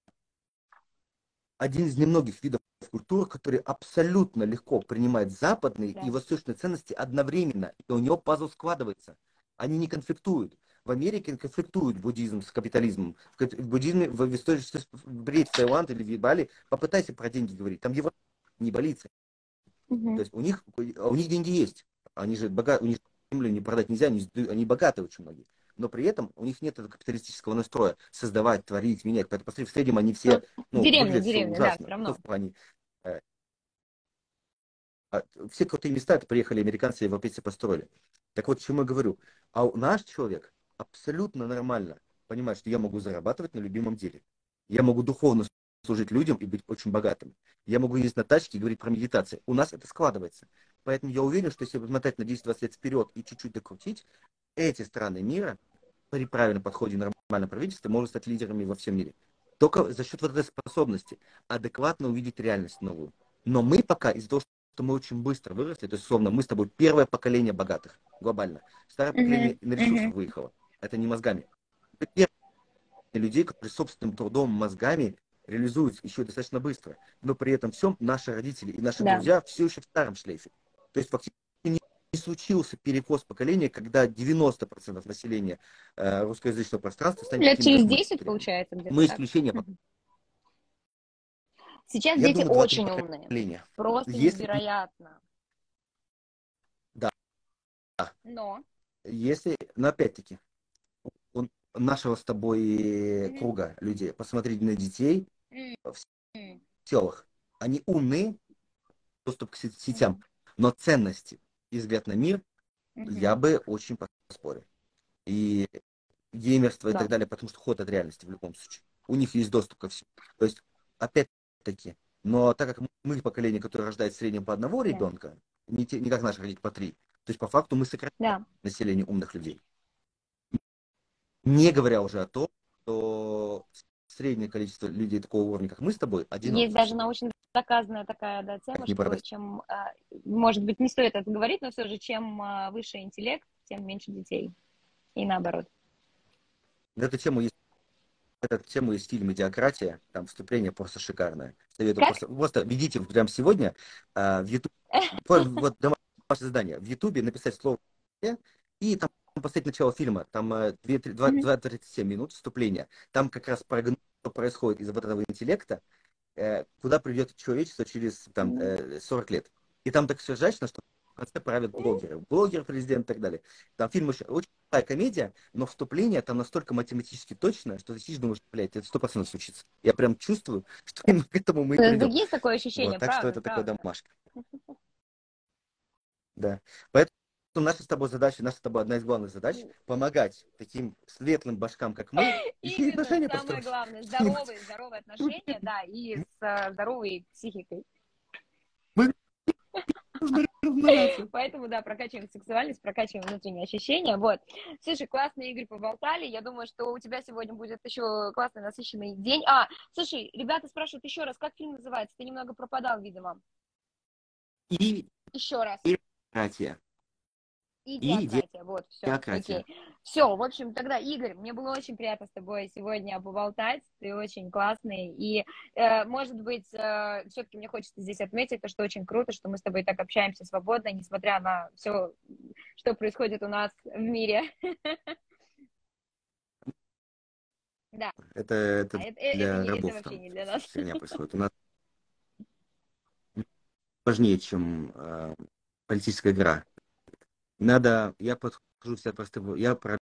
один из немногих видов культуры, который абсолютно легко принимает западные и восточные ценности одновременно. И у него пазл складывается. Они не конфликтуют. В Америке конфликтуют буддизм с капитализмом. В буддизме, в истории, приедь в Таиланд или в Бали, попытайся про деньги говорить. Там его не болится. То есть у них деньги есть. Они же богаты, у них землю не продать нельзя, они богатые очень многие. Но при этом у них нет этого капиталистического настроя создавать, творить, менять. Поэтому, посмотри, в среднем они все, ну, выглядят все деревня, да, все ужасно. равно. В плане, э, все крутые места, это приехали американцы, европейцы построили. Так вот, чему я говорю. А наш человек абсолютно нормально понимает, что я могу зарабатывать на любимом деле. Я могу духовно служить людям и быть очень богатым. Я могу ездить на тачке и говорить про медитацию. У нас это складывается. Поэтому я уверен, что если посмотреть на 10-20 лет вперед и чуть-чуть докрутить, эти страны мира при правильном подходе и нормальном правительстве могут стать лидерами во всем мире. Только за счет вот этой способности адекватно увидеть реальность новую. Но мы пока из-за того, что мы очень быстро выросли, то есть, условно, мы с тобой первое поколение богатых глобально. Старое поколение на ресурсах выехало. Это не мозгами. Это первое людей, которые собственным трудом, мозгами реализуются еще достаточно быстро. Но при этом всем наши родители и наши друзья все еще в старом шлейфе. То есть фактически не случился перекос поколения, когда 90% населения русскоязычного пространства станет Лет таким, через как мы. 10, получается, где-то Мы так. исключение. Сейчас Я дети думаю, 2-3 очень умные. поколения. Просто Если, невероятно. да, Но. если, но опять-таки, нашего с тобой круга людей, посмотреть на детей в селах. Они умные, доступ к сетям, но ценности и взгляд на мир я бы очень поспорил. И геймерство и так далее, потому что ход от реальности в любом случае. У них есть доступ ко всему. То есть, опять-таки, но так как мы поколение, которое рождает в среднем по одного ребенка, не как наши родители по 3, то есть по факту мы сокращаем население умных людей. Не говоря уже о том, что среднее количество людей такого уровня, как мы с тобой, одиноко. Есть даже научно доказанная такая тема, что чем, может быть, не стоит это говорить, но все же, чем выше интеллект, тем меньше детей. И наоборот. Эту тему есть фильм «Идиократия», там вступление просто шикарное. Советую просто введите прямо сегодня в YouTube, вот домашнее задание, в YouTube написать слово и там поставить начало фильма, там 2-37 минут вступления. Там как раз прогноз, что происходит из-за вот этого интеллекта, куда приведет человечество через 40 лет. И там так все жачно, что в конце правят блогеры. Блогер, президент и так далее. Там фильм очень крутая комедия, но вступление там настолько математически точно, что ты сидишь, думаешь, блядь, это 100% случится. Я прям чувствую, что к этому мы и придем. Есть такое ощущение, вот, так правда, что это такое домашка. Да. Поэтому наша с тобой задача, наша с тобой одна из главных задач — помогать таким светлым башкам, как мы, и отношения самое главное, здоровые отношения, да, и с здоровой психикой. Поэтому, да, прокачиваем сексуальность, прокачиваем внутренние ощущения. Вот. Слушай, классно, Игорь, поболтали. Я думаю, что у тебя сегодня будет еще классный, насыщенный день. Слушай, ребята спрашивают еще раз, как фильм называется? Ты немного пропадал, видимо. И еще раз. Идиократия. И И теократия, вот, все, демократия. окей. Все, в общем, тогда, Игорь, мне было очень приятно с тобой сегодня поболтать, ты очень классный, и, может быть, все-таки мне хочется здесь отметить то, что очень круто, что мы с тобой так общаемся свободно, несмотря на все, что происходит у нас в мире. Да, Это это для не, это рабов вообще там не для нас. херня происходит. У нас важнее, чем политическая игра. Я подхожу всегда просто, я